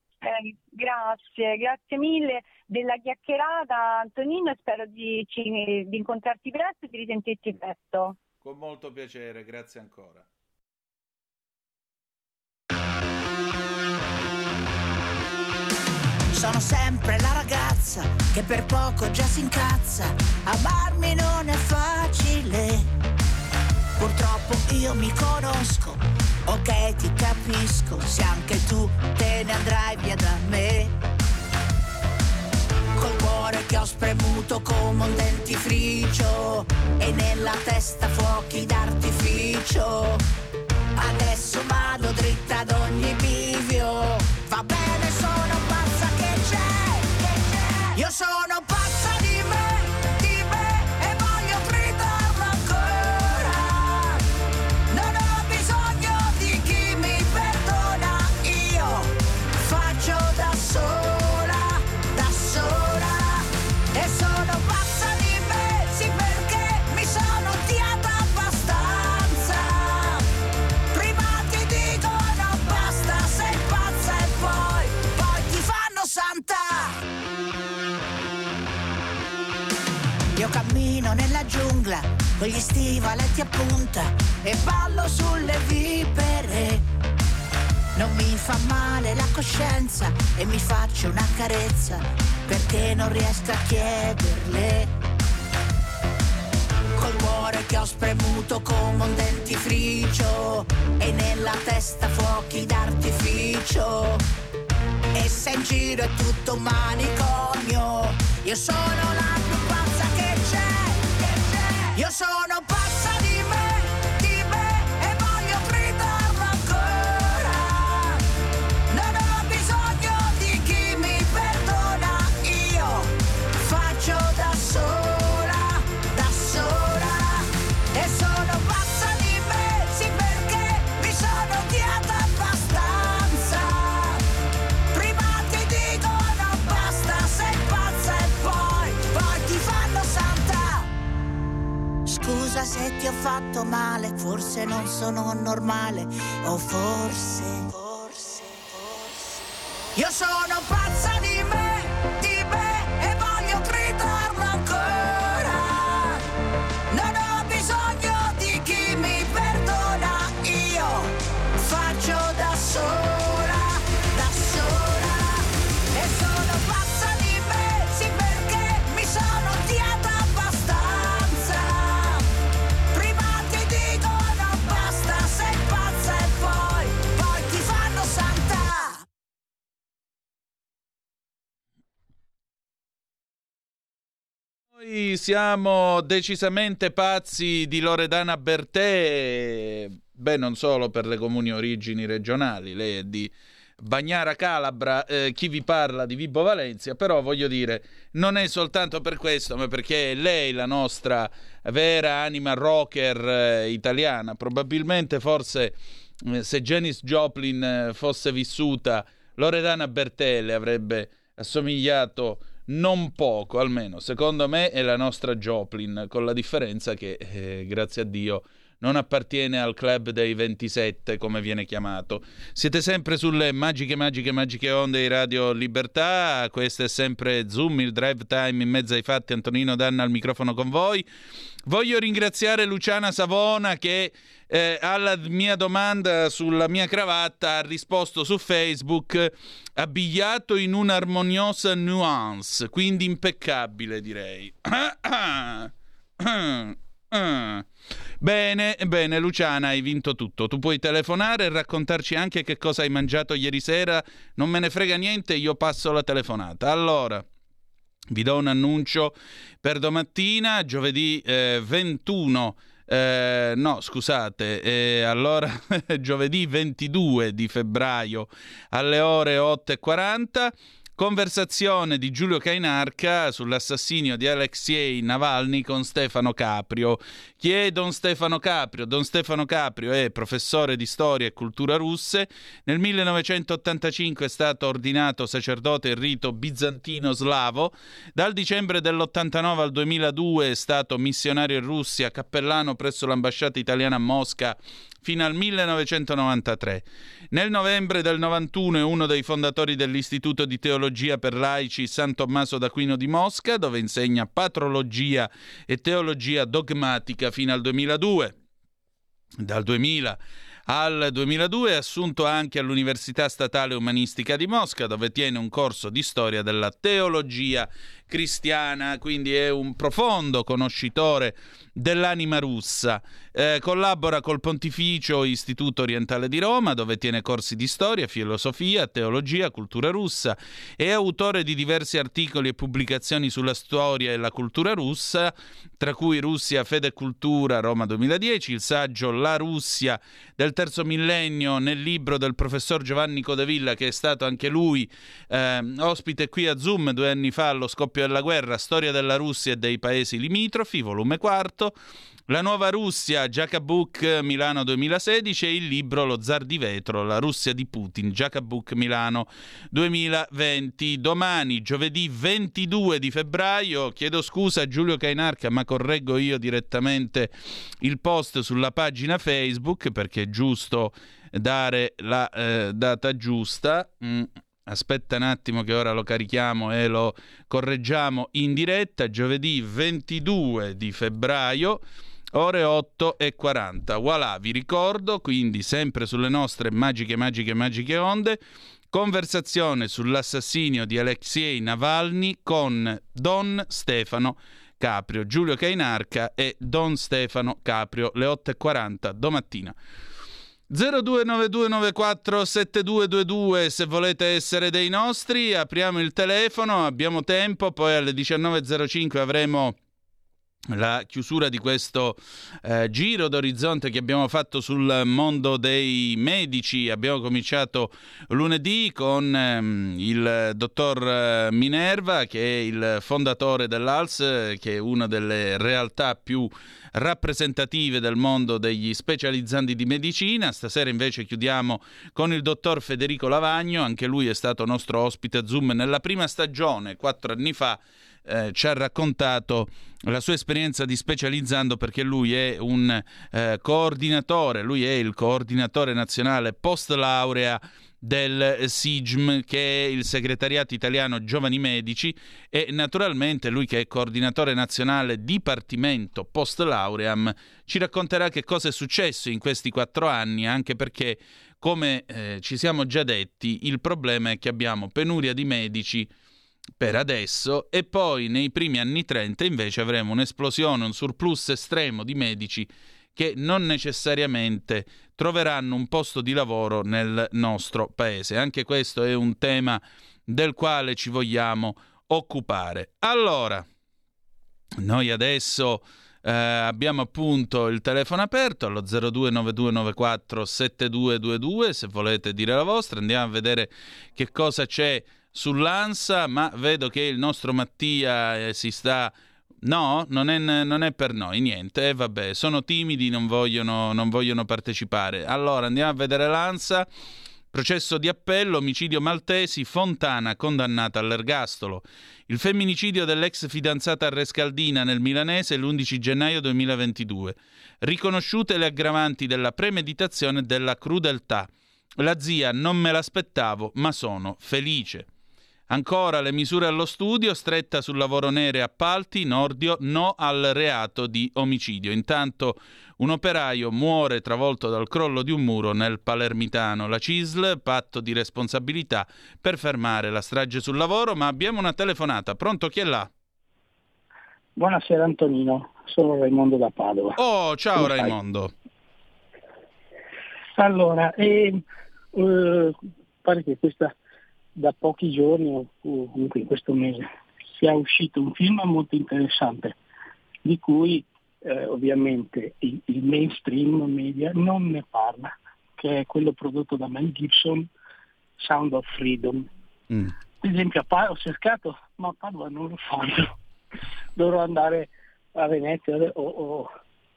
Grazie mille della chiacchierata, Antonino, e spero di incontrarti presto e di risentirti presto. Con molto piacere, grazie ancora. Sono sempre la ragazza che per poco già si incazza. Amarmi non è facile. Purtroppo io mi conosco. Ok, ti capisco. Se anche tu te ne andrai via da me. Col cuore che ho spremuto come un dentifricio e nella testa fuochi d'artificio. Adesso vado dritta ad ogni bivio. Va bene, sono pazza che c'è. Io sono pazza di me e voglio gridarlo ancora. Non ho bisogno di chi mi perdona. Io faccio da sola. E sono pazza di me, sì, perché mi sono odiata abbastanza. Prima ti dicono basta, sei pazza e poi ti fanno santa. Io cammino nella giungla con gli stivaletti a punta e ballo sulle vipere. Non mi fa male la coscienza e mi faccio una carezza perché non riesco a chiederle. Col cuore che ho spremuto come un dentifricio e nella testa fuochi d'artificio. E se in giro è tutto un manicomio, io sono la più pazza che c'è. Io sono pazza di me e voglio gridarlo ancora. Non ho bisogno di chi mi perdona. Io faccio da sola. E sono pazza di me, sì, perché mi sono odiata abbastanza. Prima ti dicono basta, sei pazza e poi ti fanno santa. Scusa se ti ho fatto male, forse non sono normale, o forse. Io sono pazza di me e voglio gridarlo ancora. Non ho bisogno di chi mi perdona. Io faccio da sola. Noi siamo decisamente pazzi di Loredana Bertè, non solo per le comuni origini regionali, lei è di Bagnara Calabra, chi vi parla di Vibo Valencia, però voglio dire, non è soltanto per questo, ma perché è lei la nostra vera anima rocker italiana. Probabilmente, forse, se Janis Joplin fosse vissuta, Loredana Bertè le avrebbe assomigliato non poco, almeno secondo me è la nostra Joplin, con la differenza che grazie a Dio non appartiene al club dei 27, come viene chiamato. Siete sempre sulle magiche onde di Radio Libertà. Questo è sempre Zoom, il drive time in mezzo ai fatti. Antonino Danna al microfono con voi. Voglio ringraziare Luciana Savona che alla mia domanda sulla mia cravatta ha risposto su Facebook: abbigliato in un'armoniosa nuance, quindi impeccabile, direi. Bene Luciana, hai vinto tutto. Tu puoi telefonare e raccontarci anche che cosa hai mangiato ieri sera. Non me ne frega niente, io passo la telefonata. Allora, vi do un annuncio per domattina, giovedì 21. Allora giovedì 22 di febbraio alle ore 8:40. Conversazione di Giulio Cainarca sull'assassinio di Alexei Navalny con Stefano Caprio. Chi è Don Stefano Caprio? Don Stefano Caprio è professore di storia e cultura russe. Nel 1985 è stato ordinato sacerdote in rito bizantino-slavo. Dal dicembre dell'89 al 2002 è stato missionario in Russia, cappellano presso l'ambasciata italiana a Mosca fino al 1993. Nel novembre del 91 è uno dei fondatori dell'Istituto di Teologia per Laici San Tommaso d'Aquino di Mosca, dove insegna patrologia e teologia dogmatica fino al 2002. Dal 2000 al 2002 è assunto anche all'Università Statale Umanistica di Mosca, dove tiene un corso di storia della teologia cristiana, quindi è un profondo conoscitore dell'anima russa. Collabora col Pontificio Istituto Orientale di Roma, dove tiene corsi di storia, filosofia, teologia, cultura russa. È autore di diversi articoli e pubblicazioni sulla storia e la cultura russa, tra cui Russia, Fede e Cultura, Roma 2010, il saggio La Russia del terzo millennio nel libro del professor Giovanni Codevilla, che è stato anche lui ospite qui a Zoom 2 anni fa allo scoppio della guerra, Storia della Russia e dei paesi limitrofi, volume 4. La nuova Russia, Giacabuk, Milano 2016, e il libro Lo zar di vetro, la Russia di Putin, Giacabuk, Milano 2020. Domani, giovedì 22 di febbraio, chiedo scusa a Giulio Cainarca, ma correggo io direttamente il post sulla pagina Facebook, perché è giusto dare la data giusta. Aspetta un attimo che ora lo carichiamo e lo correggiamo in diretta. Giovedì 22 di febbraio, ore 8:40. Voilà, vi ricordo, quindi sempre sulle nostre magiche onde, conversazione sull'assassinio di Alexei Navalny con Don Stefano Caprio, Giulio Cainarca e Don Stefano Caprio, le 8:40 domattina. 0292947222 se volete essere dei nostri. Apriamo il telefono, abbiamo tempo, poi alle 19:05 avremo la chiusura di questo giro d'orizzonte che abbiamo fatto sul mondo dei medici. Abbiamo cominciato lunedì con il dottor Minerva, che è il fondatore dell'ALS, che è una delle realtà più rappresentative del mondo degli specializzandi di medicina. Stasera invece chiudiamo con il dottor Federico Lavagno, anche lui è stato nostro ospite a Zoom nella prima stagione 4 anni fa. Ci ha raccontato la sua esperienza di specializzando, perché lui è un coordinatore, lui è il coordinatore nazionale post laurea del SIGM, che è il segretariato italiano giovani medici, e naturalmente lui, che è coordinatore nazionale dipartimento post lauream, ci racconterà che cosa è successo in questi 4 anni, anche perché, come ci siamo già detti, il problema è che abbiamo penuria di medici per adesso, e poi nei primi anni 30 invece avremo un'esplosione, un surplus estremo di medici che non necessariamente troveranno un posto di lavoro nel nostro paese. Anche questo è un tema del quale ci vogliamo occupare. Allora, Noi adesso abbiamo appunto il telefono aperto allo 0292947222, se volete dire la vostra. Andiamo a vedere che cosa c'è sull'ANSA, ma vedo che il nostro Mattia si sta... No, non è per noi, niente, vabbè, sono timidi, non vogliono partecipare. Allora, andiamo a vedere l'ANSA. Processo di appello, omicidio Maltesi, Fontana condannata all'ergastolo. Il femminicidio dell'ex fidanzata a Rescaldina nel Milanese l'11 gennaio 2022. Riconosciute le aggravanti della premeditazione e della crudeltà. La zia: non me l'aspettavo, ma sono felice. Ancora le misure allo studio, stretta sul lavoro nero e appalti, Nordio no al reato di omicidio. Intanto un operaio muore travolto dal crollo di un muro nel Palermitano. La CISL, patto di responsabilità per fermare la strage sul lavoro, ma abbiamo una telefonata. Pronto, chi è là? Buonasera Antonino, sono Raimondo da Padova. Oh, ciao Raimondo. Allora, pare che da pochi giorni o comunque in questo mese sia uscito un film molto interessante di cui ovviamente il mainstream media non ne parla, che è quello prodotto da Mel Gibson, Sound of Freedom. Ad esempio ho cercato, ma a Padova non lo fanno, dovrò andare a Venezia o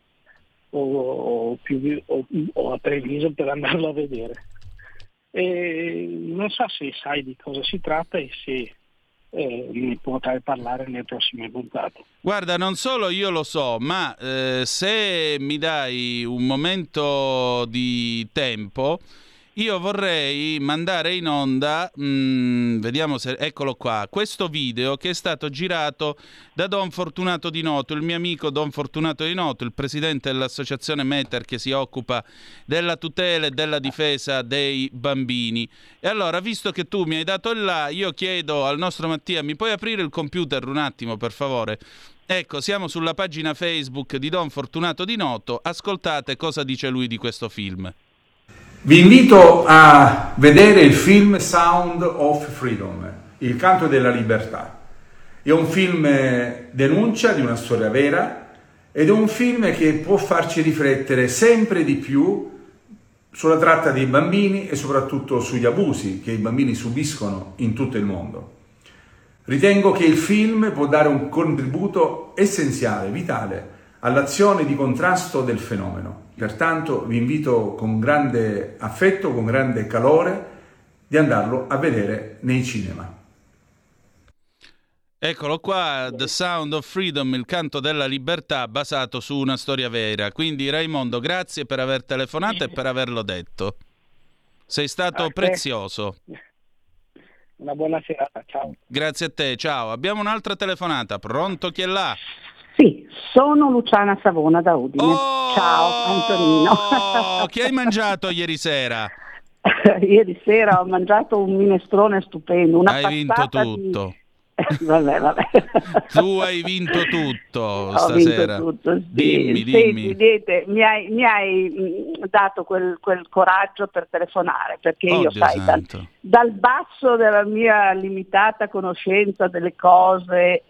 a Treviso per andarlo a vedere. Non so se sai di cosa si tratta e se ne potrai parlare nelle prossime puntate. Guarda, non solo io lo so, ma se mi dai un momento di tempo, io vorrei mandare in onda, vediamo se, eccolo qua, questo video che è stato girato da Don Fortunato Di Noto, il mio amico Don Fortunato Di Noto, il presidente dell'associazione Meter che si occupa della tutela e della difesa dei bambini. E allora, visto che tu mi hai dato il là, io chiedo al nostro Mattia, mi puoi aprire il computer un attimo per favore? Ecco, siamo sulla pagina Facebook di Don Fortunato Di Noto, ascoltate cosa dice lui di questo film. Vi invito a vedere il film Sound of Freedom, Il canto della libertà. È un film denuncia di una storia vera ed è un film che può farci riflettere sempre di più sulla tratta dei bambini e soprattutto sugli abusi che i bambini subiscono in tutto il mondo. Ritengo che il film può dare un contributo essenziale, vitale, all'azione di contrasto del fenomeno. Pertanto vi invito con grande affetto, con grande calore, di andarlo a vedere nei cinema. Eccolo qua, The Sound of Freedom, il canto della libertà, basato su una storia vera. Quindi Raimondo, grazie per aver telefonato e per averlo detto. Sei stato prezioso. Una buona serata, ciao. Grazie a te, ciao. Abbiamo un'altra telefonata. Pronto, chi è là? Sì, sono Luciana Savona da Udine. Ciao Antonino. Che hai mangiato ieri sera? Ieri sera ho mangiato un minestrone stupendo. Hai vinto tutto. Vabbè. Tu hai vinto tutto stasera. Ho vinto tutto, sì. Dimmi. Senti, mi hai dato quel coraggio per telefonare, perché io, sai, dal basso della mia limitata conoscenza delle cose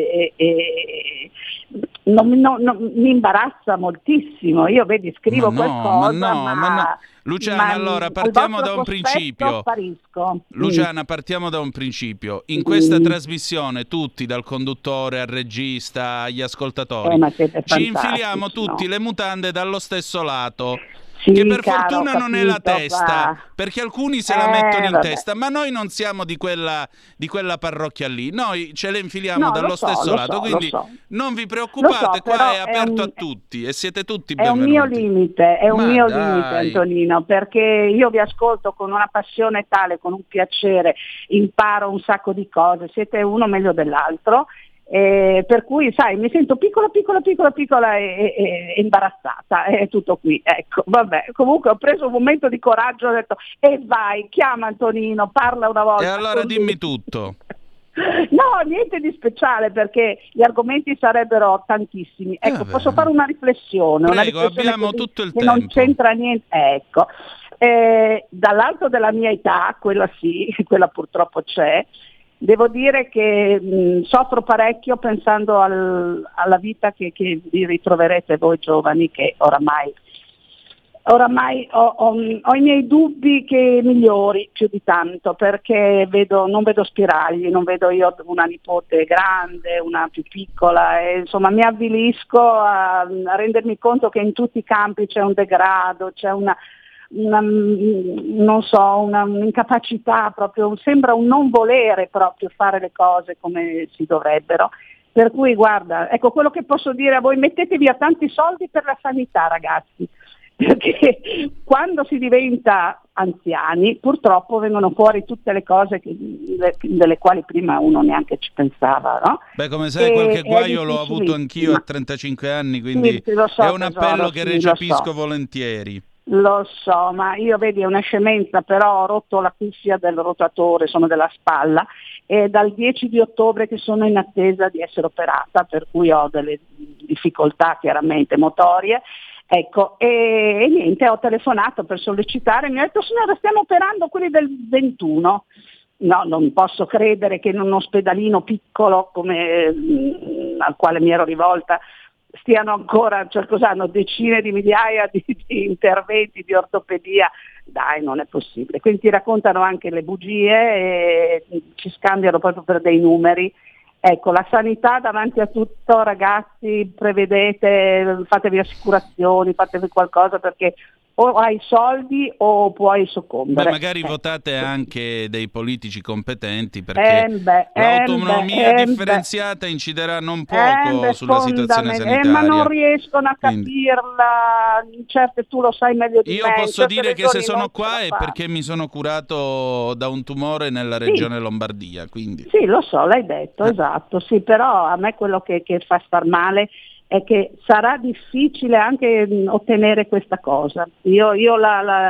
mi imbarazza moltissimo. Io scrivo qualcosa, ma Luciana, allora partiamo da un principio. Luciana, partiamo da un principio. In questa trasmissione tutti, dal conduttore al regista agli ascoltatori, ci infiliamo tutti le mutande dallo stesso lato. Sì, che per caro, fortuna non è la testa, perché alcuni se la mettono in testa, ma noi non siamo di quella parrocchia lì, noi ce le infiliamo dallo stesso lato, quindi non vi preoccupate, qua è aperto a tutti e siete tutti benvenuti. È un mio limite Antonino, perché io vi ascolto con una passione tale, con un piacere, imparo un sacco di cose, siete uno meglio dell'altro. Per cui sai, mi sento piccola e imbarazzata, è tutto qui, ecco, vabbè, comunque ho preso un momento di coraggio, ho detto vai, chiama Antonino, parla una volta. E allora dimmi tutto. No, niente di speciale, perché gli argomenti sarebbero tantissimi. Ecco, posso fare una riflessione? Prego, abbiamo tutto il tempo. Non c'entra niente, ecco. Dall'alto della mia età, quella sì, quella purtroppo c'è, devo dire che soffro parecchio pensando alla vita che vi ritroverete voi giovani, che oramai ho i miei dubbi che migliori più di tanto, perché non vedo spiragli, non vedo io una nipote grande, una più piccola, e insomma mi avvilisco a rendermi conto che in tutti i campi c'è un degrado, c'è un'incapacità proprio, sembra un non volere proprio fare le cose come si dovrebbero. Per cui guarda, ecco quello che posso dire a voi: mettete via tanti soldi per la sanità, ragazzi, perché quando si diventa anziani purtroppo vengono fuori tutte le cose delle quali prima uno neanche ci pensava, no? Beh, come sai, qualche guaio l'ho avuto anch'io a 35 anni, quindi sì, lo so, è un appello che recepisco volentieri. Lo so, ma io vedi, è una scemenza, però ho rotto la cuffia del rotatore, sono della spalla, e dal 10 di ottobre che sono in attesa di essere operata, per cui ho delle difficoltà chiaramente motorie. Ecco, e niente, ho telefonato per sollecitare, mi ha detto: signora, stiamo operando quelli del 21. No, non posso credere che in un ospedalino piccolo come al quale mi ero rivolta stiano ancora, cioè cos'hanno, decine di migliaia di interventi di ortopedia. Dai, non è possibile. Quindi ti raccontano anche le bugie e ci scambiano proprio per dei numeri. Ecco, la sanità davanti a tutto, ragazzi, prevedete, fatevi assicurazioni, fatevi qualcosa, perché o hai soldi o puoi soccombere. Beh, magari votate anche dei politici competenti, perché l'autonomia differenziata inciderà non poco sulla situazione sanitaria. Ma non riescono a capirla, certe tu lo sai meglio di me. Io posso dire che se sono qua è perché mi sono curato da un tumore nella regione Lombardia, quindi. Sì, lo so, l'hai detto, esatto, sì, però a me quello che fa star male è che sarà difficile anche ottenere questa cosa. Io la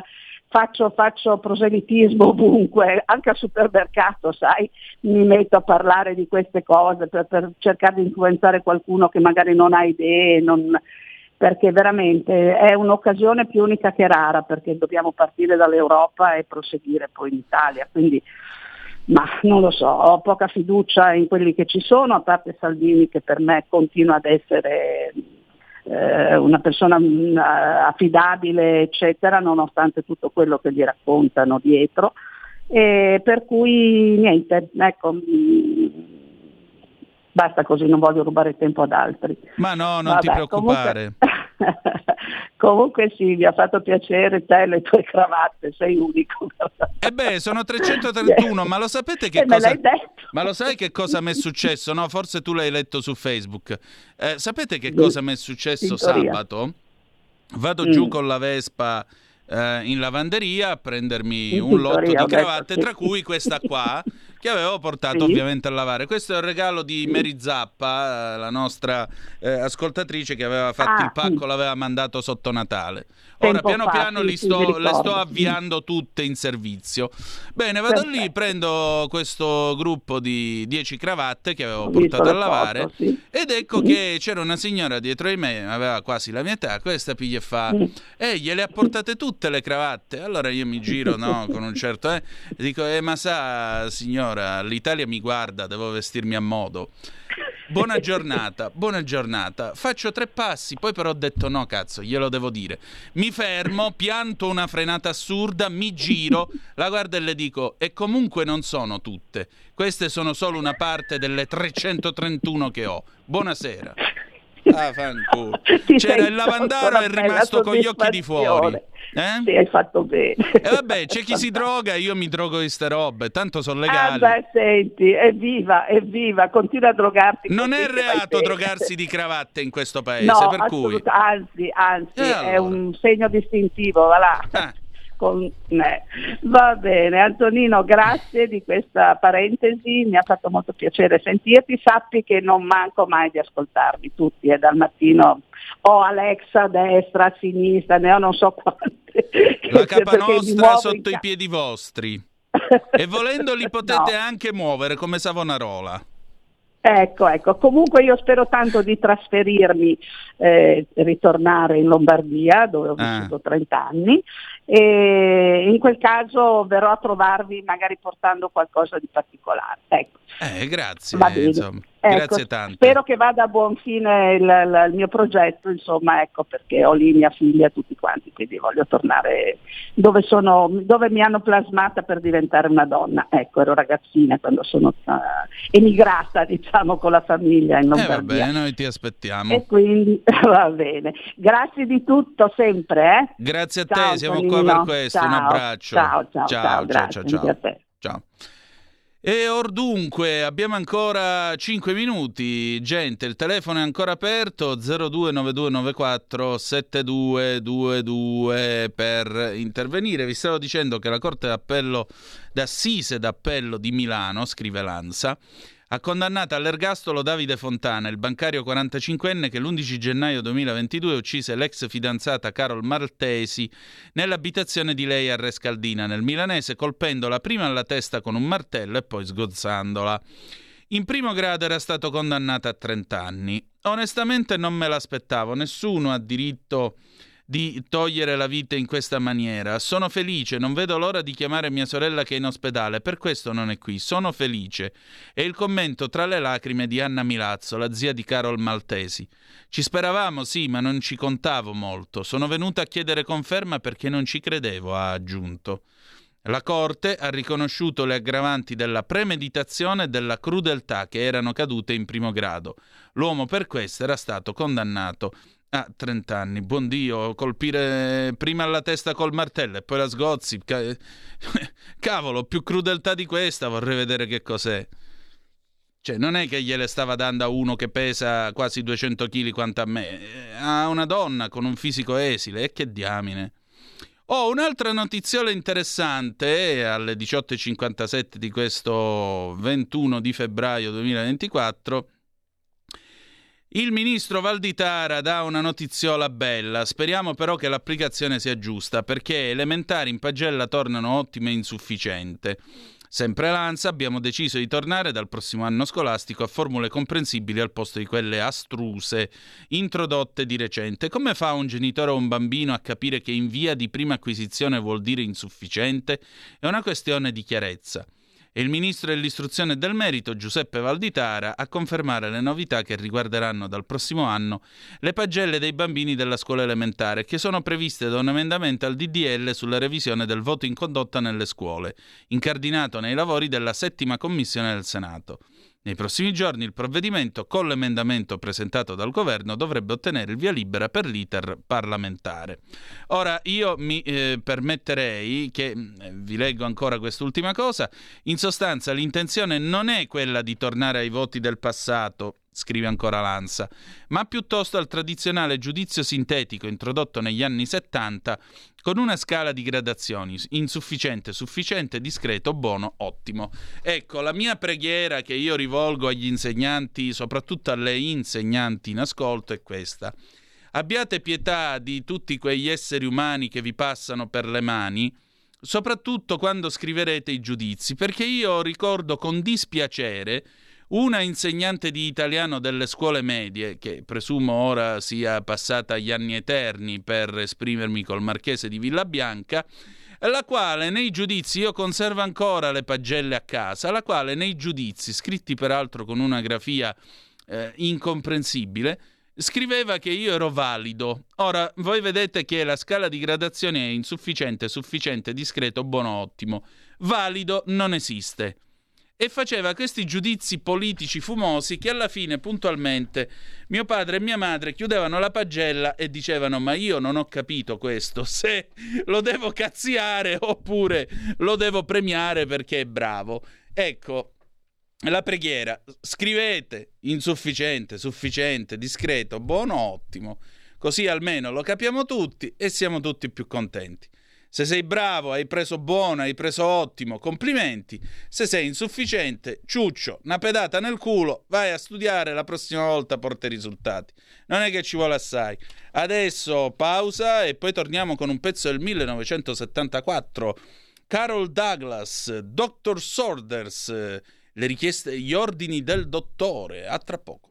faccio proselitismo ovunque, anche al supermercato, sai, mi metto a parlare di queste cose per cercare di influenzare qualcuno che magari non ha idee, perché veramente è un'occasione più unica che rara, perché dobbiamo partire dall'Europa e proseguire poi in Italia, quindi ma non lo so, ho poca fiducia in quelli che ci sono, a parte Salvini, che per me continua ad essere una persona affidabile, eccetera, nonostante tutto quello che gli raccontano dietro, e per cui niente, ecco, basta così, non voglio rubare tempo ad altri. Ma no, non ti preoccupare. Comunque sì, mi ha fatto piacere te e le tue cravatte, sei unico. Sono 331, ma lo sapete che cosa? Ma lo sai che cosa mi è successo? No, forse tu l'hai letto su Facebook. Sapete che cosa mi è successo sabato? Vado giù con la Vespa in lavanderia a prendermi un lotto di cravatte, tra cui questa qua che avevo portato ovviamente a lavare. Questo è un regalo di Mary Zappa, la nostra ascoltatrice, che aveva fatto il pacco, l'aveva mandato sotto Natale. Ora piano piano le sto avviando tutte in servizio. Bene, vado lì, prendo questo gruppo di 10 cravatte che avevo portato a lavare ed ecco che c'era una signora dietro di me, aveva quasi la mia età, questa piglia e fa: gliele ha portate tutte le cravatte? Allora io mi giro, no, con un certo e dico: ma sa signora, l'Italia mi guarda, devo vestirmi a modo. Buona giornata. Faccio 3 passi, poi però ho detto no, cazzo, glielo devo dire. Mi fermo, pianto una frenata assurda, mi giro, la guardo e le dico: e comunque non sono tutte. Queste sono solo una parte delle 331 che ho. Buonasera. Fanculo. C'era il lavandaro, è rimasto con gli occhi di fuori. Sì, hai fatto bene. E vabbè, c'è chi si droga, io mi drogo di ste robe, tanto sono legali. Senti, evviva, continua a drogarti. Non è reato drogarsi di cravatte in questo paese, no, per cui. Anzi, allora? È un segno distintivo, va là. Va bene, Antonino, grazie di questa parentesi, mi ha fatto molto piacere sentirti. Sappi che non manco mai di ascoltarvi tutti, dal mattino ho Alexa a destra, a sinistra, ne ho non so quante. La capa nostra sotto i piedi vostri e volendo li potete anche muovere come Savonarola. Ecco, comunque io spero tanto di trasferirmi, ritornare in Lombardia, dove ho vissuto 30 anni, e in quel caso verrò a trovarvi magari portando qualcosa di particolare. Ecco. Grazie, Va bene. insomma. Ecco, Grazie tanto. spero che vada a buon fine il mio progetto, insomma, ecco, perché ho lì mia figlia, tutti quanti, quindi voglio tornare dove mi hanno plasmata per diventare una donna. Ecco, ero ragazzina quando sono emigrata, diciamo, con la famiglia in Lombardia. Va bene, noi ti aspettiamo. E quindi va bene. Grazie di tutto sempre. Grazie a Ciao, te, siamo Antonino. qua per questo. Ciao. Un abbraccio. Ciao, grazie anche a te. Ciao. E or dunque abbiamo ancora 5 minuti, gente, il telefono è ancora aperto, 029294 7222 per intervenire. Vi stavo dicendo che la Corte d'Assise d'Appello di Milano, scrive l'ANSA, ha condannato all'ergastolo Davide Fontana, il bancario 45enne che l'11 gennaio 2022 uccise l'ex fidanzata Carol Maltesi nell'abitazione di lei a Rescaldina, nel Milanese, colpendola prima alla testa con un martello e poi sgozzandola. In primo grado era stato condannato a 30 anni. Onestamente non me l'aspettavo, nessuno ha diritto di togliere la vita in questa maniera. Sono felice, non vedo l'ora di chiamare mia sorella che è in ospedale, per questo non è qui, sono felice. È il commento tra le lacrime di Anna Milazzo, la zia di Carol Maltesi. Ci speravamo, sì, ma non ci contavo molto. Sono venuta a chiedere conferma perché non ci credevo, ha aggiunto. La Corte ha riconosciuto le aggravanti della premeditazione e della crudeltà che erano cadute in primo grado. L'uomo per questo era stato condannato a 30 anni. Buon Dio, colpire prima alla testa col martello e poi la sgozzi. Cavolo, più crudeltà di questa vorrei vedere che cos'è. Cioè, non è che gliele stava dando a uno che pesa quasi 200 kg quanto a me, a una donna con un fisico esile, e che diamine. Un'altra notiziola interessante alle 18.57 di questo 21 di febbraio 2024. Il ministro Valditara dà una notiziola bella, speriamo però che l'applicazione sia giusta, perché elementari in pagella tornano ottime e insufficiente. Sempre l'ANSA, abbiamo deciso di tornare dal prossimo anno scolastico a formule comprensibili al posto di quelle astruse introdotte di recente. Come fa un genitore o un bambino a capire che in via di prima acquisizione vuol dire insufficiente? È una questione di chiarezza. E il ministro dell'istruzione e del merito, Giuseppe Valditara, a confermare le novità che riguarderanno dal prossimo anno le pagelle dei bambini della scuola elementare, che sono previste da un emendamento al DDL sulla revisione del voto in condotta nelle scuole, incardinato nei lavori della 7ª Commissione del Senato. Nei prossimi giorni il provvedimento, con l'emendamento presentato dal governo, dovrebbe ottenere il via libera per l'iter parlamentare. Ora io mi permetterei che vi leggo ancora quest'ultima cosa. In sostanza l'intenzione non è quella di tornare ai voti del passato, scrive ancora l'ANSA, ma piuttosto al tradizionale giudizio sintetico introdotto negli anni 70 con una scala di gradazioni: insufficiente, sufficiente, discreto, buono, ottimo. Ecco, la mia preghiera che io rivolgo agli insegnanti, soprattutto alle insegnanti in ascolto, è questa: abbiate pietà di tutti quegli esseri umani che vi passano per le mani, soprattutto quando scriverete i giudizi, perché io ricordo con dispiacere una insegnante di italiano delle scuole medie, che presumo ora sia passata agli anni eterni per esprimermi col marchese di Villabianca, la quale nei giudizi, io conservo ancora le pagelle a casa, la quale nei giudizi, scritti peraltro con una grafia incomprensibile, scriveva che io ero valido. Ora, voi vedete che la scala di gradazione è insufficiente, sufficiente, discreto, buono, ottimo. Valido non esiste. E faceva questi giudizi politici fumosi che alla fine, puntualmente, mio padre e mia madre chiudevano la pagella e dicevano: ma io non ho capito questo, se lo devo cazziare oppure lo devo premiare perché è bravo. Ecco, la preghiera: scrivete insufficiente, sufficiente, discreto, buono, ottimo, così almeno lo capiamo tutti e siamo tutti più contenti. Se sei bravo, hai preso buono, hai preso ottimo, complimenti. Se sei insufficiente, ciuccio, una pedata nel culo, vai a studiare, la prossima volta porta i risultati. Non è che ci vuole assai. Adesso pausa e poi torniamo con un pezzo del 1974. Carol Douglas, Dr. Sorders, le richieste, gli ordini del dottore. A tra poco.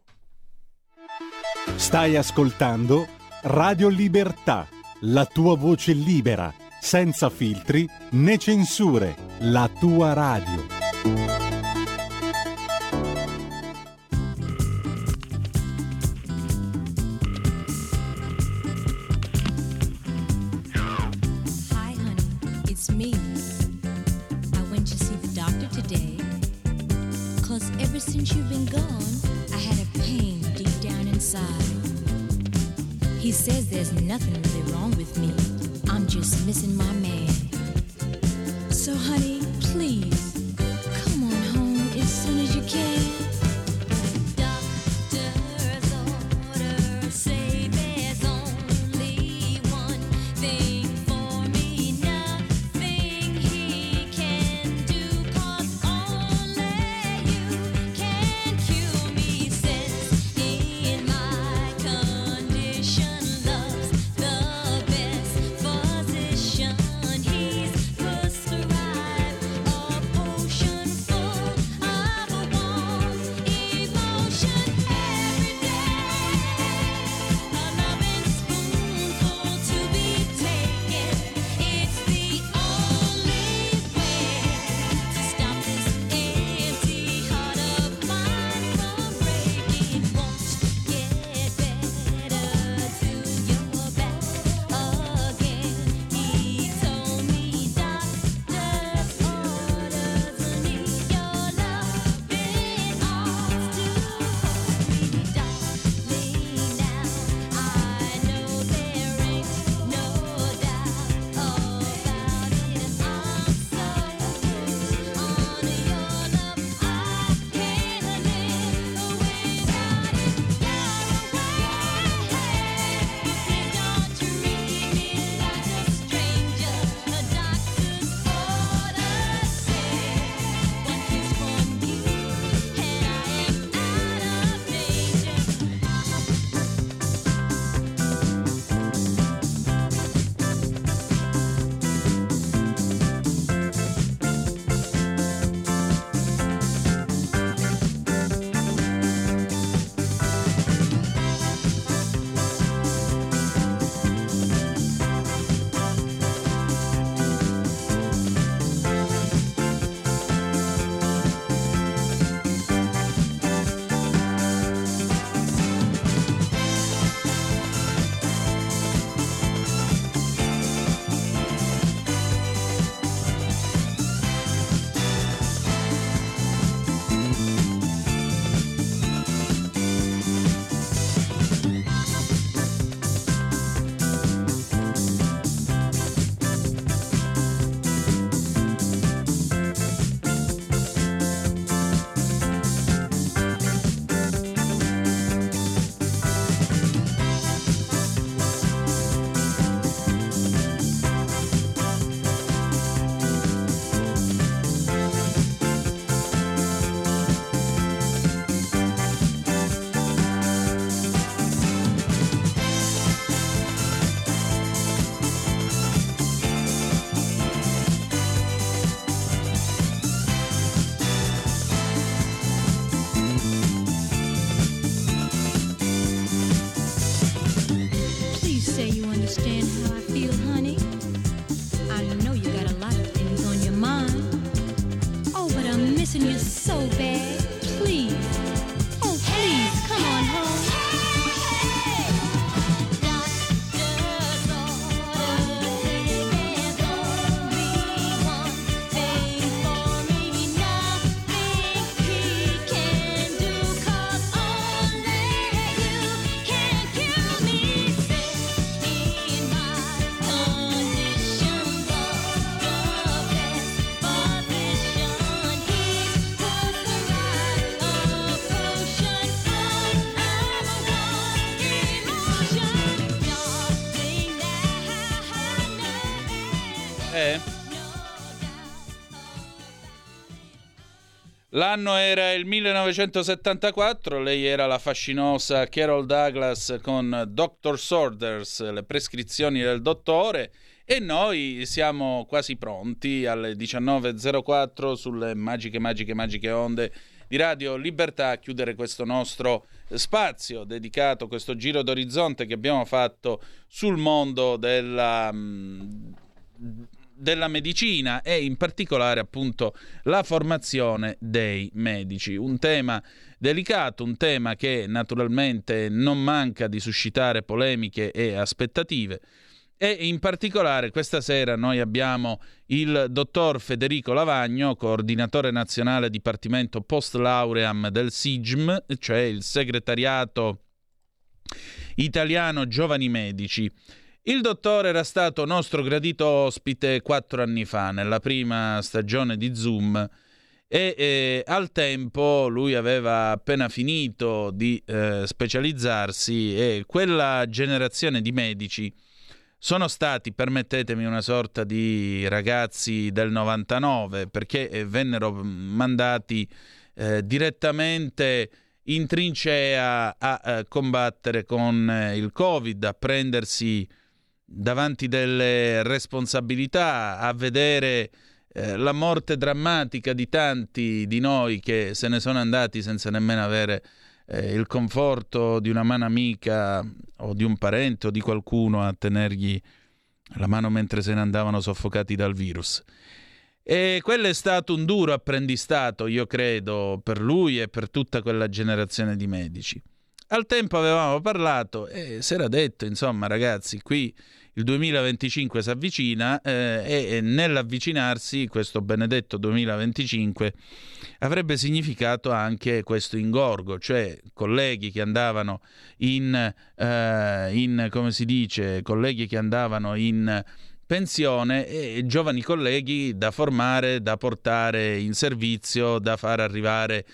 Stai ascoltando Radio Libertà, la tua voce libera, senza filtri né censure, la tua radio. Hi, honey, it's me. I went to see the doctor today. 'Cause ever since you've been gone, I had a pain deep down inside. He says there's nothing really wrong with me. I'm just missing my man. So, honey, please, come on home as soon as you can. Doctor's orders say there's only one thing for me, nothing he can do, 'cause only you can cure me. Says in my condition, love's the best physician. He's prescribed a potion full of a warm emotion every day. A loving spoonful to be taken. It's the only way to stop this empty heart of mine from breaking. Won't get better till you're back again. He told me doctor's orders need your loving arms to hold me, darling. Now I know there ain't no doubt about it. I'm so hooked on your love, I can't live without it. Please don't treat me like a stranger. A doctor's orders say one kiss from you and I am out of danger. Please say you understand how I feel, honey. I know you got a lot of things on your mind. Oh, but I'm missing you so bad. Please, oh please, come on home. Doctor's orders say there's only one thing for me, nothing he can do, 'cause only you can cure me. Says in my condition, love's the best physician. He's prescribed a potion full of a warm emotion. Darling, L'anno era il 1974, lei era la fascinosa Carol Douglas con Doctor's Orders, le prescrizioni del dottore, e noi siamo quasi pronti alle 19.04 sulle magiche onde di Radio Libertà a chiudere questo nostro spazio dedicato, questo giro d'orizzonte che abbiamo fatto sul mondo della medicina e in particolare appunto la formazione dei medici. Un tema delicato, un tema che naturalmente non manca di suscitare polemiche e aspettative. E in particolare questa sera noi abbiamo il dottor Federico Lavagno, coordinatore nazionale Dipartimento Post Lauream del SIGM, cioè il segretariato italiano Giovani Medici. Il dottore era stato nostro gradito ospite 4 anni fa, nella prima stagione di Zoom, e al tempo lui aveva appena finito di specializzarsi e quella generazione di medici sono stati, permettetemi, una sorta di ragazzi del 99, perché vennero mandati direttamente in trincea a combattere con il Covid, a prendersi davanti delle responsabilità, a vedere la morte drammatica di tanti di noi che se ne sono andati senza nemmeno avere il conforto di una mano amica o di un parente o di qualcuno a tenergli la mano mentre se ne andavano soffocati dal virus. E quello è stato un duro apprendistato, io credo, per lui e per tutta quella generazione di medici. Al tempo avevamo parlato e si era detto, insomma, ragazzi, qui il 2025 si avvicina e nell'avvicinarsi questo benedetto 2025 avrebbe significato anche questo ingorgo, cioè colleghi che andavano come si dice, colleghi che andavano in pensione e giovani colleghi da formare, da portare in servizio, da far arrivare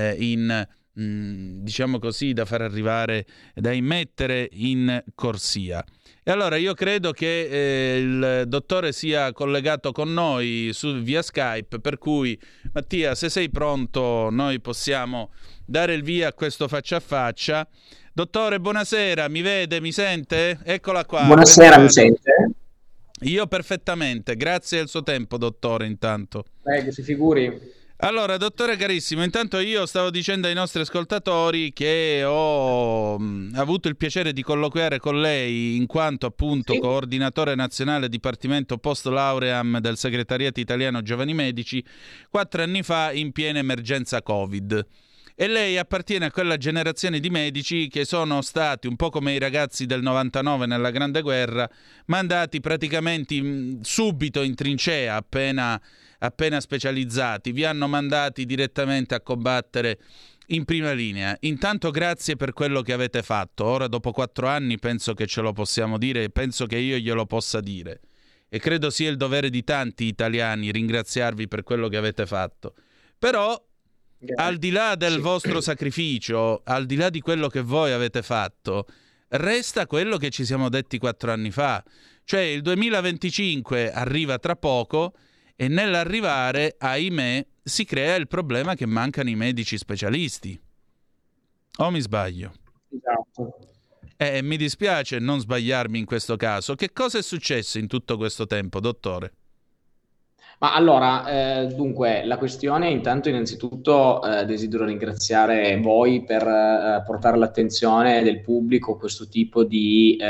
diciamo così, da immettere in corsia. E allora io credo che il dottore sia collegato con noi via Skype, per cui Mattia, se sei pronto noi possiamo dare il via a questo faccia a faccia. Dottore, buonasera, mi vede, mi sente? Eccola qua. Buonasera, mi sente? Io perfettamente, grazie al suo tempo, dottore, intanto. Prego, si figuri. Allora, dottore carissimo, intanto io stavo dicendo ai nostri ascoltatori che ho avuto il piacere di colloquiare con lei in quanto appunto coordinatore nazionale Dipartimento Post Lauream del Segretariato Italiano Giovani Medici 4 anni fa in piena emergenza Covid. E lei appartiene a quella generazione di medici che sono stati, un po' come i ragazzi del 99 nella Grande Guerra, mandati praticamente subito in trincea appena specializzati. Vi hanno mandati direttamente a combattere in prima linea. Intanto grazie per quello che avete fatto. Ora dopo 4 anni penso che ce lo possiamo dire, penso che io glielo possa dire. E credo sia il dovere di tanti italiani ringraziarvi per quello che avete fatto. Però al di là del vostro sacrificio, al di là di quello che voi avete fatto, resta quello che ci siamo detti 4 anni fa. Cioè il 2025 arriva tra poco e nell'arrivare, ahimè, si crea il problema che mancano i medici specialisti. O mi sbaglio? Esatto. Mi dispiace non sbagliarmi in questo caso. Che cosa è successo in tutto questo tempo, dottore? Ma allora, dunque, la questione intanto innanzitutto desidero ringraziare voi per portare all'attenzione del pubblico questo tipo di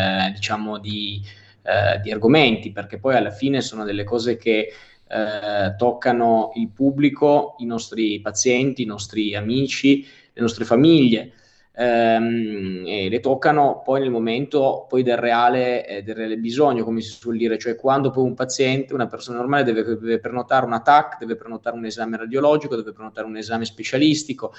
argomenti, perché poi alla fine sono delle cose che toccano il pubblico, i nostri pazienti, i nostri amici, le nostre famiglie. E le toccano poi nel momento poi del reale bisogno, come si suol dire, cioè quando poi un paziente, una persona normale deve prenotare una TAC, deve prenotare un esame radiologico, deve prenotare un esame specialistico.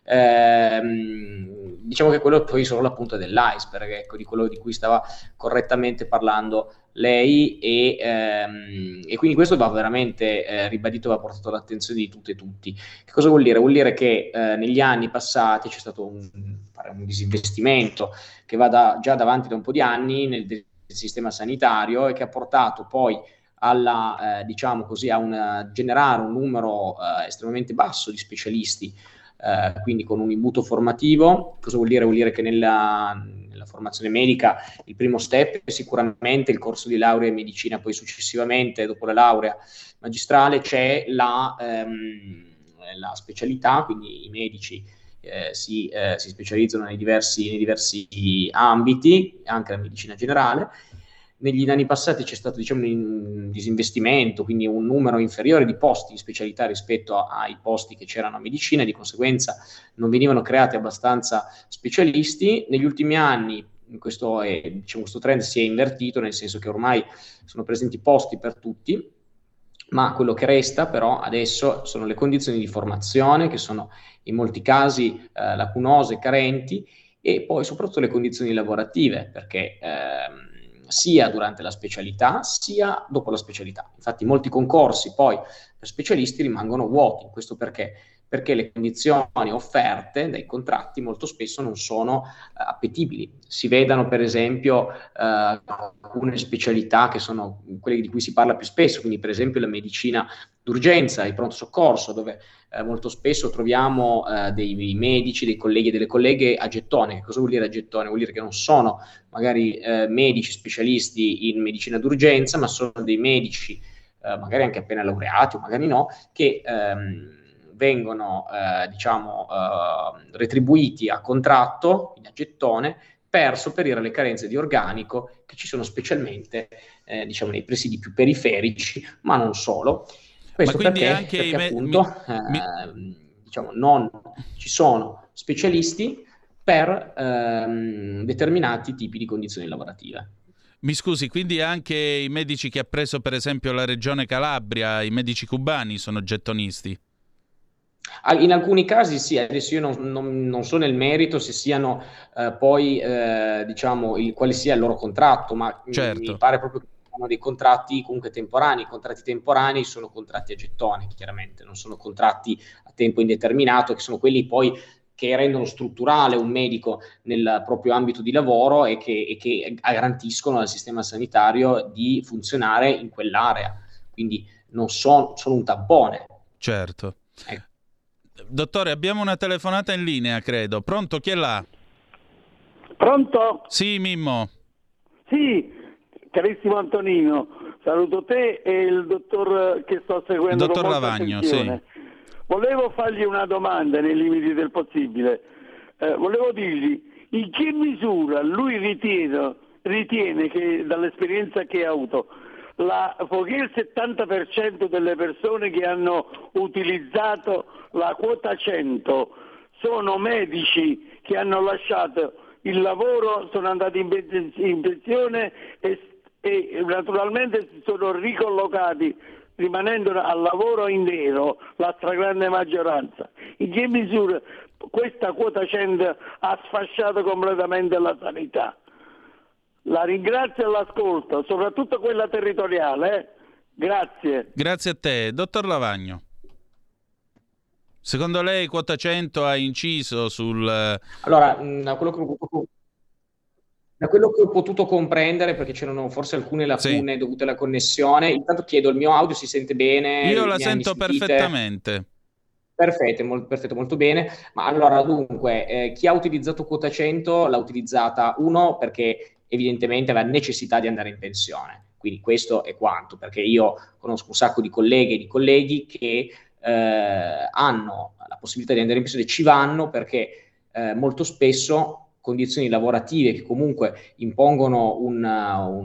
Diciamo che quello poi è solo la punta dell'iceberg, ecco, di quello di cui stava correttamente parlando lei, e quindi questo va veramente ribadito, va portato all'attenzione di tutte e tutti. Che cosa vuol dire? Vuol dire che negli anni passati c'è stato un disinvestimento che va già davanti da un po' di anni nel sistema sanitario e che ha portato poi alla a generare un numero estremamente basso di specialisti, quindi con un imbuto formativo. Cosa vuol dire? Vuol dire che nella formazione medica il primo step è sicuramente il corso di laurea in medicina, poi successivamente, dopo la laurea magistrale, c'è la specialità, quindi i medici si specializzano nei diversi ambiti, anche la medicina generale. negli anni passati c'è stato, diciamo, un disinvestimento, quindi un numero inferiore di posti in specialità rispetto ai posti che c'erano a medicina, di conseguenza non venivano creati abbastanza specialisti. Negli ultimi anni questo trend si è invertito, nel senso che ormai sono presenti posti per tutti, ma quello che resta però adesso sono le condizioni di formazione, che sono in molti casi lacunose, carenti, e poi soprattutto le condizioni lavorative, perché sia durante la specialità sia dopo la specialità. Infatti molti concorsi poi per specialisti rimangono vuoti. Questo perché le condizioni offerte dai contratti molto spesso non sono appetibili. Si vedano per esempio alcune specialità che sono quelle di cui si parla più spesso, quindi per esempio la medicina d'urgenza, il pronto soccorso, dove molto spesso troviamo dei medici, dei colleghi e delle colleghe a gettone. Che cosa vuol dire a gettone? Vuol dire che non sono magari medici specialisti in medicina d'urgenza, ma sono dei medici magari anche appena laureati o magari no, che vengono retribuiti a contratto, in a gettone, per sopperire alle carenze di organico che ci sono specialmente nei presidi più periferici, ma non solo. Questo perché appunto non ci sono specialisti per determinati tipi di condizioni lavorative. Mi scusi, quindi anche i medici che ha preso per esempio la regione Calabria, i medici cubani, sono gettonisti? In alcuni casi sì, adesso io non so nel merito se siano quale sia il loro contratto, ma certo, mi pare proprio che siano dei contratti comunque temporanei. I contratti temporanei sono contratti a gettone, chiaramente, non sono contratti a tempo indeterminato, che sono quelli poi che rendono strutturale un medico nel proprio ambito di lavoro e che garantiscono al sistema sanitario di funzionare in quell'area. Quindi non sono un tampone. Certo. Dottore, abbiamo una telefonata in linea, credo. Pronto? Chi è là? Pronto? Sì, Mimmo. Sì, carissimo Antonino, saluto te e il dottor che sto seguendo. Dottor Lavagno, sì. Volevo fargli una domanda nei limiti del possibile. Volevo dirgli in che misura lui ritiene che, dall'esperienza che ha avuto, poiché il 70% delle persone che hanno utilizzato la quota 100 sono medici che hanno lasciato il lavoro, sono andati in pensione e naturalmente si sono ricollocati rimanendo al lavoro in nero, la stragrande maggioranza. In che misura questa quota 100 ha sfasciato completamente la sanità? La ringrazio e l'ascolto, soprattutto quella territoriale. Grazie. Grazie a te. Dottor Lavagno, secondo lei quota 100 ha inciso sul... Allora, da quello che ho potuto comprendere, perché c'erano forse alcune lacune dovute alla connessione, intanto chiedo, il mio audio si sente bene? Io la sento perfettamente. Perfetto, molto bene. Ma allora, dunque, chi ha utilizzato quota 100 l'ha utilizzata, uno, perché evidentemente aveva necessità di andare in pensione. Quindi questo è quanto, perché io conosco un sacco di colleghe e di colleghi che hanno la possibilità di andare in pensione, ci vanno perché molto spesso condizioni lavorative che comunque impongono un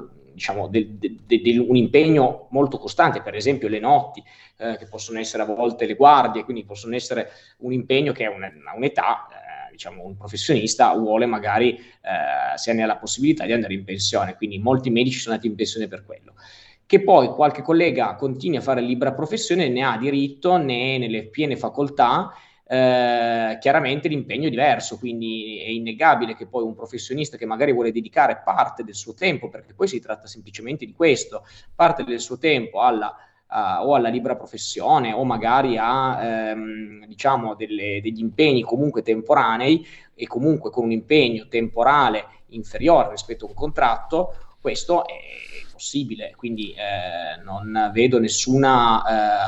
impegno molto costante, per esempio le notti, che possono essere a volte le guardie, quindi possono essere un impegno che a un'età, un professionista vuole magari, se ne ha la possibilità di andare in pensione, quindi molti medici sono andati in pensione per quello. Che poi qualche collega continui a fare libera professione, ne ha diritto, ne è nelle piene facoltà. Chiaramente l'impegno è diverso, quindi è innegabile che poi un professionista che magari vuole dedicare parte del suo tempo, perché poi si tratta semplicemente di questo, parte del suo tempo o alla libera professione o magari a degli impegni comunque temporanei e comunque con un impegno temporale inferiore rispetto a un contratto, questo è possibile, quindi non vedo nessuna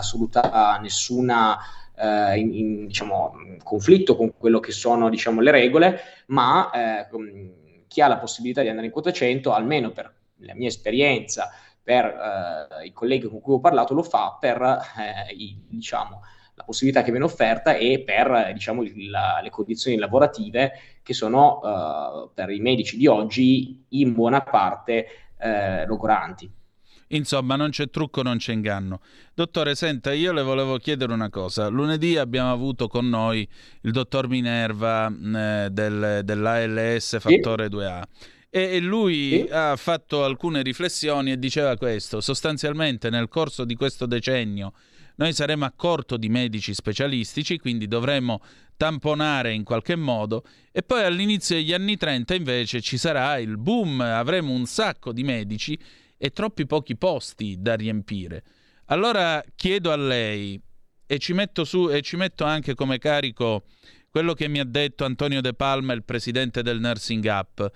conflitto con quello che sono le regole, ma chi ha la possibilità di andare in quota 100, almeno per la mia esperienza, per i colleghi con cui ho parlato, lo fa per la possibilità che viene offerta e per le condizioni lavorative che sono per i medici di oggi in buona parte logoranti. Insomma, non c'è trucco, non c'è inganno. Dottore, senta, io le volevo chiedere una cosa. Lunedì abbiamo avuto con noi il dottor Minerva dell'ALS Fattore 2A. E lui ha fatto alcune riflessioni e diceva questo: sostanzialmente nel corso di questo decennio noi saremo a corto di medici specialistici, quindi dovremo tamponare in qualche modo, e poi all'inizio degli anni 30 invece ci sarà il boom, avremo un sacco di medici e troppi pochi posti da riempire. Allora chiedo a lei, e ci metto anche come carico quello che mi ha detto Antonio De Palma, il presidente del Nursing Up.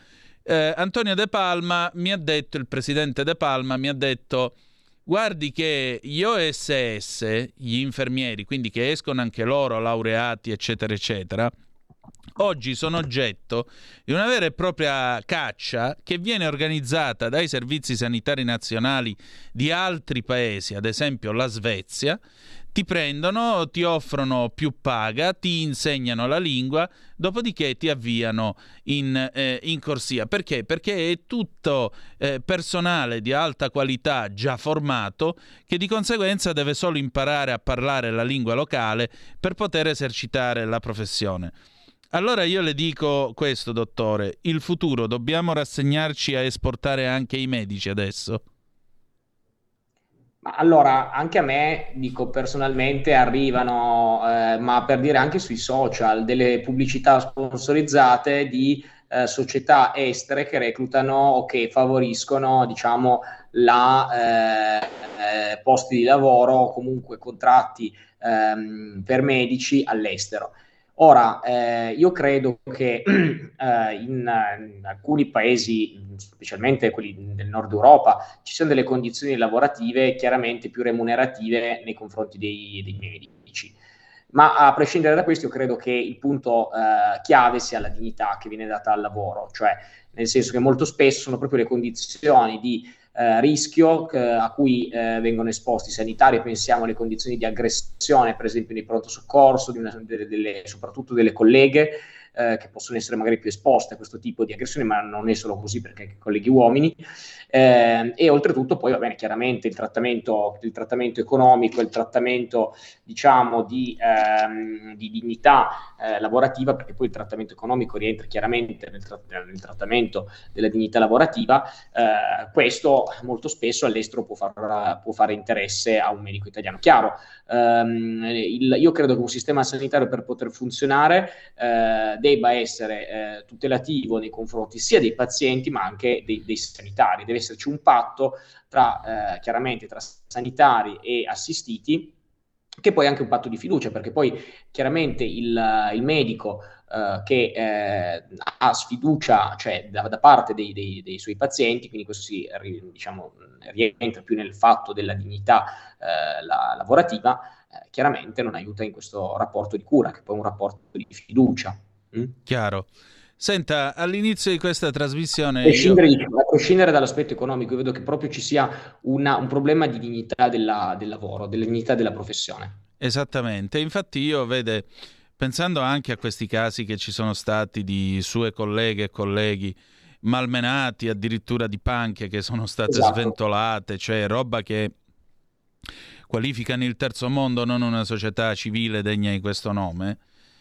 Il presidente De Palma mi ha detto: guardi che gli OSS, gli infermieri, quindi che escono anche loro laureati eccetera eccetera, oggi sono oggetto di una vera e propria caccia che viene organizzata dai servizi sanitari nazionali di altri paesi, ad esempio la Svezia. Ti prendono, ti offrono più paga, ti insegnano la lingua, dopodiché ti avviano in corsia. Perché? Perché è tutto personale di alta qualità già formato, che di conseguenza deve solo imparare a parlare la lingua locale per poter esercitare la professione. Allora io le dico questo, dottore: il futuro dobbiamo rassegnarci a esportare anche i medici adesso? Ma allora, anche a me, dico personalmente, arrivano, ma per dire anche sui social, delle pubblicità sponsorizzate di società estere che reclutano o che favoriscono, diciamo, posti di lavoro o comunque contratti per medici all'estero. Ora, io credo che in alcuni paesi, specialmente quelli del nord Europa, ci sono delle condizioni lavorative chiaramente più remunerative nei confronti dei medici. Ma a prescindere da questo, io credo che il punto chiave sia la dignità che viene data al lavoro, cioè nel senso che molto spesso sono proprio le condizioni di rischio a cui vengono esposti i sanitari. Pensiamo alle condizioni di aggressione, per esempio nei pronto soccorso, soprattutto delle colleghe, che possono essere magari più esposte a questo tipo di aggressioni, ma non è solo così, perché anche colleghi uomini, e oltretutto poi va bene chiaramente il trattamento economico, il trattamento, diciamo, di dignità lavorativa, perché poi il trattamento economico rientra chiaramente nel trattamento della dignità lavorativa. Questo molto spesso all'estero può fare interesse a un medico italiano. Chiaro, io credo che un sistema sanitario, per poter funzionare, debba essere tutelativo nei confronti sia dei pazienti ma anche dei sanitari. Deve esserci un patto chiaramente tra sanitari e assistiti, che poi è anche un patto di fiducia, perché poi chiaramente il medico che ha sfiducia, cioè da parte dei suoi pazienti, quindi questo rientra più nel fatto della dignità lavorativa, chiaramente non aiuta in questo rapporto di cura, che poi è un rapporto di fiducia. Chiaro. Senta, all'inizio di questa trasmissione, a prescindere dall'aspetto economico, io vedo che proprio ci sia un problema di dignità del lavoro, della dignità della professione. Esattamente. Infatti io, pensando anche a questi casi che ci sono stati di sue colleghe e colleghi malmenati, addirittura di panche che sono state sventolate, cioè roba che qualificano il terzo mondo, non una società civile degna di questo nome.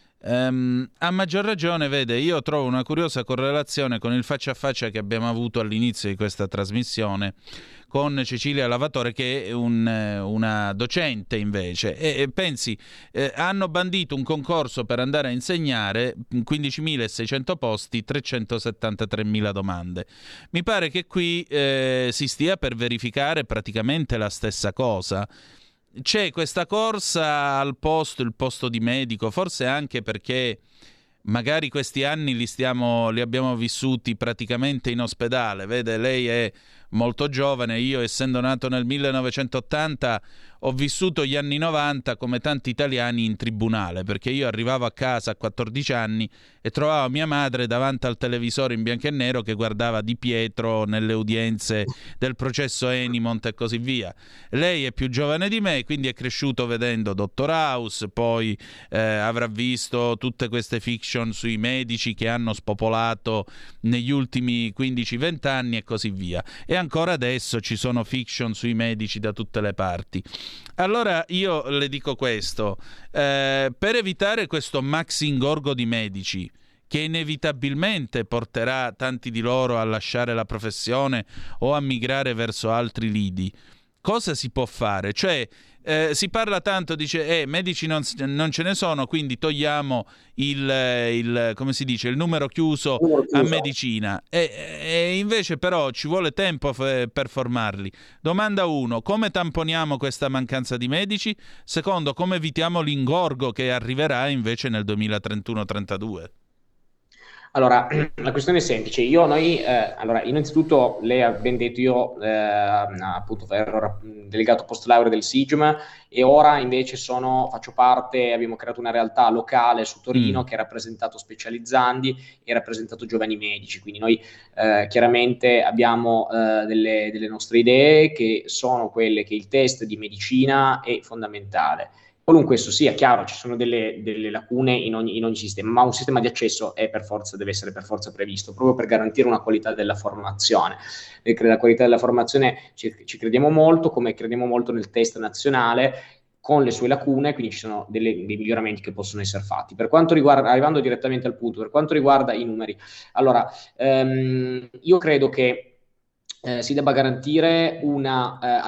A maggior ragione, io trovo una curiosa correlazione con il faccia a faccia che abbiamo avuto all'inizio di questa trasmissione con Cecilia Lavatore, che è una docente invece, e pensi, hanno bandito un concorso per andare a insegnare, 15.600 posti, 373.000 domande. Mi pare che qui si stia per verificare praticamente la stessa cosa. C'è questa corsa al posto, il posto di medico, forse anche perché magari questi anni li abbiamo vissuti praticamente in ospedale. Lei è molto giovane, io essendo nato nel 1980 ho vissuto gli anni 90 come tanti italiani in tribunale, perché io arrivavo a casa a 14 anni e trovavo mia madre davanti al televisore in bianco e nero che guardava Di Pietro nelle udienze del processo Enimont e così via. Lei è più giovane di me, quindi è cresciuto vedendo Dottor House, poi avrà visto tutte queste fiction sui medici che hanno spopolato negli ultimi 15-20 anni e così via. E ancora adesso ci sono fiction sui medici da tutte le parti. Allora io le dico questo, per evitare questo maxi ingorgo di medici che inevitabilmente porterà tanti di loro a lasciare la professione o a migrare verso altri lidi, cosa si può fare? Cioè, si parla tanto, dice, medici non ce ne sono, quindi togliamo il come si dice, il numero chiuso a medicina. E invece però ci vuole tempo per formarli. Domanda 1, come tamponiamo questa mancanza di medici? Secondo, come evitiamo l'ingorgo che arriverà invece nel 2031-32? Allora, la questione è semplice. Allora, innanzitutto, lei ha ben detto, io appunto ero delegato post laurea del SIGM e ora invece faccio parte, abbiamo creato una realtà locale su Torino che ha rappresentato specializzandi e rappresentato giovani medici, quindi noi chiaramente abbiamo delle nostre idee che sono quelle che il test di medicina è fondamentale. Qualunque esso sia, chiaro, ci sono delle lacune in ogni sistema, ma un sistema di accesso deve essere per forza previsto, proprio per garantire una qualità della formazione. La qualità della formazione ci crediamo molto, come crediamo molto nel test nazionale, con le sue lacune, quindi ci sono dei miglioramenti che possono essere fatti. Per quanto riguarda, arrivando direttamente al punto, per quanto riguarda i numeri, allora, io credo che si debba garantire delle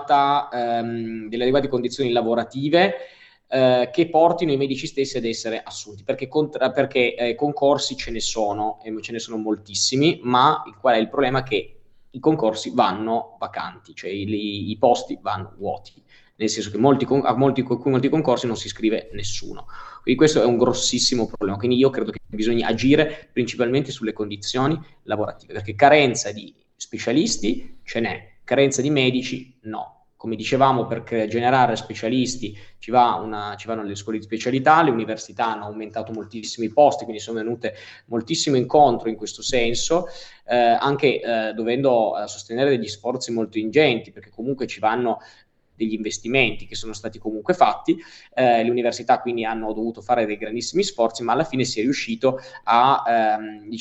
adeguate condizioni lavorative che portino i medici stessi ad essere assunti, perché concorsi ce ne sono, e ce ne sono moltissimi, ma qual è il problema? Che i concorsi vanno vacanti, cioè i posti vanno vuoti, nel senso che a molti concorsi non si iscrive nessuno. Quindi questo è un grossissimo problema. Quindi io credo che bisogna agire principalmente sulle condizioni lavorative, perché carenza di specialisti ce n'è, carenza di medici no. Come dicevamo, per generare specialisti ci vanno le scuole di specialità, le università hanno aumentato moltissimo i posti, quindi sono venute moltissimo incontro in questo senso, anche dovendo sostenere degli sforzi molto ingenti, perché comunque ci vanno degli investimenti che sono stati comunque fatti, le università quindi hanno dovuto fare dei grandissimi sforzi, ma alla fine si è riuscito ad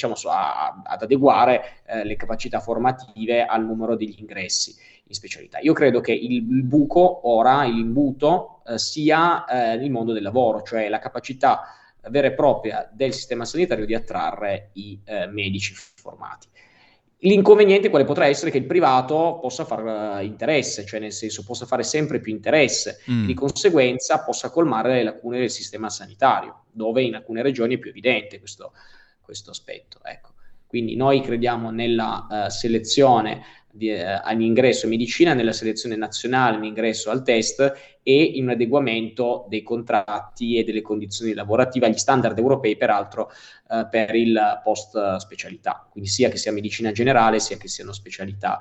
adeguare le capacità formative al numero degli ingressi in specialità. Io credo che l'imbuto sia il mondo del lavoro, cioè la capacità vera e propria del sistema sanitario di attrarre i medici formati. L'inconveniente quale potrà essere? Che il privato possa fare interesse, cioè nel senso possa fare sempre più interesse, e di conseguenza possa colmare le lacune del sistema sanitario, dove in alcune regioni è più evidente questo aspetto. Ecco. Quindi noi crediamo nella selezione all'ingresso in medicina, nella selezione nazionale all'ingresso al test e in un adeguamento dei contratti e delle condizioni lavorative agli standard europei, peraltro per il post specialità, quindi sia che sia medicina generale sia che siano specialità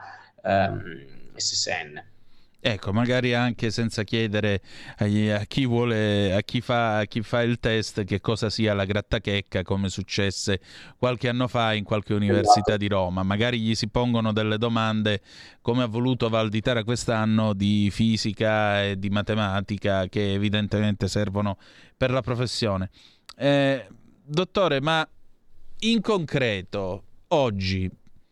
SSN. Ecco, magari anche senza chiedere a chi fa il test che cosa sia la grattachecca, come successe qualche anno fa in qualche università di Roma. Magari gli si pongono delle domande, come ha voluto Valditara quest'anno, di fisica e di matematica, che evidentemente servono per la professione. Dottore, ma in concreto, oggi...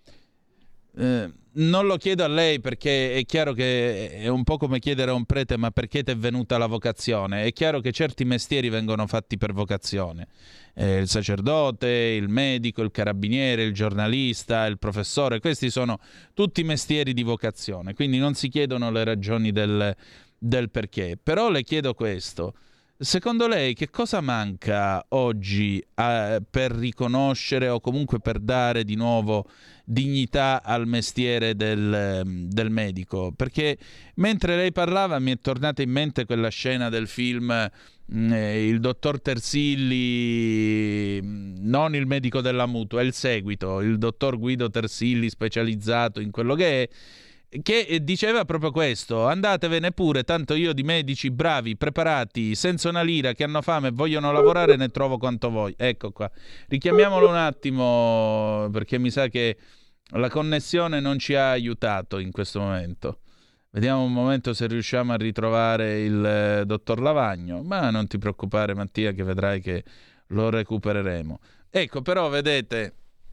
non lo chiedo a lei perché è chiaro che è un po' come chiedere a un prete ma perché ti è venuta la vocazione. È chiaro che certi mestieri vengono fatti per vocazione, il sacerdote, il medico, il carabiniere, il giornalista, il professore, questi sono tutti mestieri di vocazione, quindi non si chiedono le ragioni del perché. Però le chiedo questo: secondo lei che cosa manca oggi per riconoscere o comunque per dare di nuovo dignità al mestiere del medico? Perché mentre lei parlava mi è tornata in mente quella scena del film il dottor Tersilli, non il medico della mutua, è il seguito, il dottor Guido Tersilli, specializzato in quello che diceva proprio questo: andatevene pure, tanto io di medici bravi, preparati, senza una lira, che hanno fame e vogliono lavorare, ne trovo quanto voglio. Ecco qua, richiamiamolo un attimo, perché mi sa che la connessione non ci ha aiutato in questo momento. Vediamo un momento se riusciamo a ritrovare il dottor Lavagno, ma non ti preoccupare Mattia, che vedrai che lo recupereremo. Ecco, però vedete,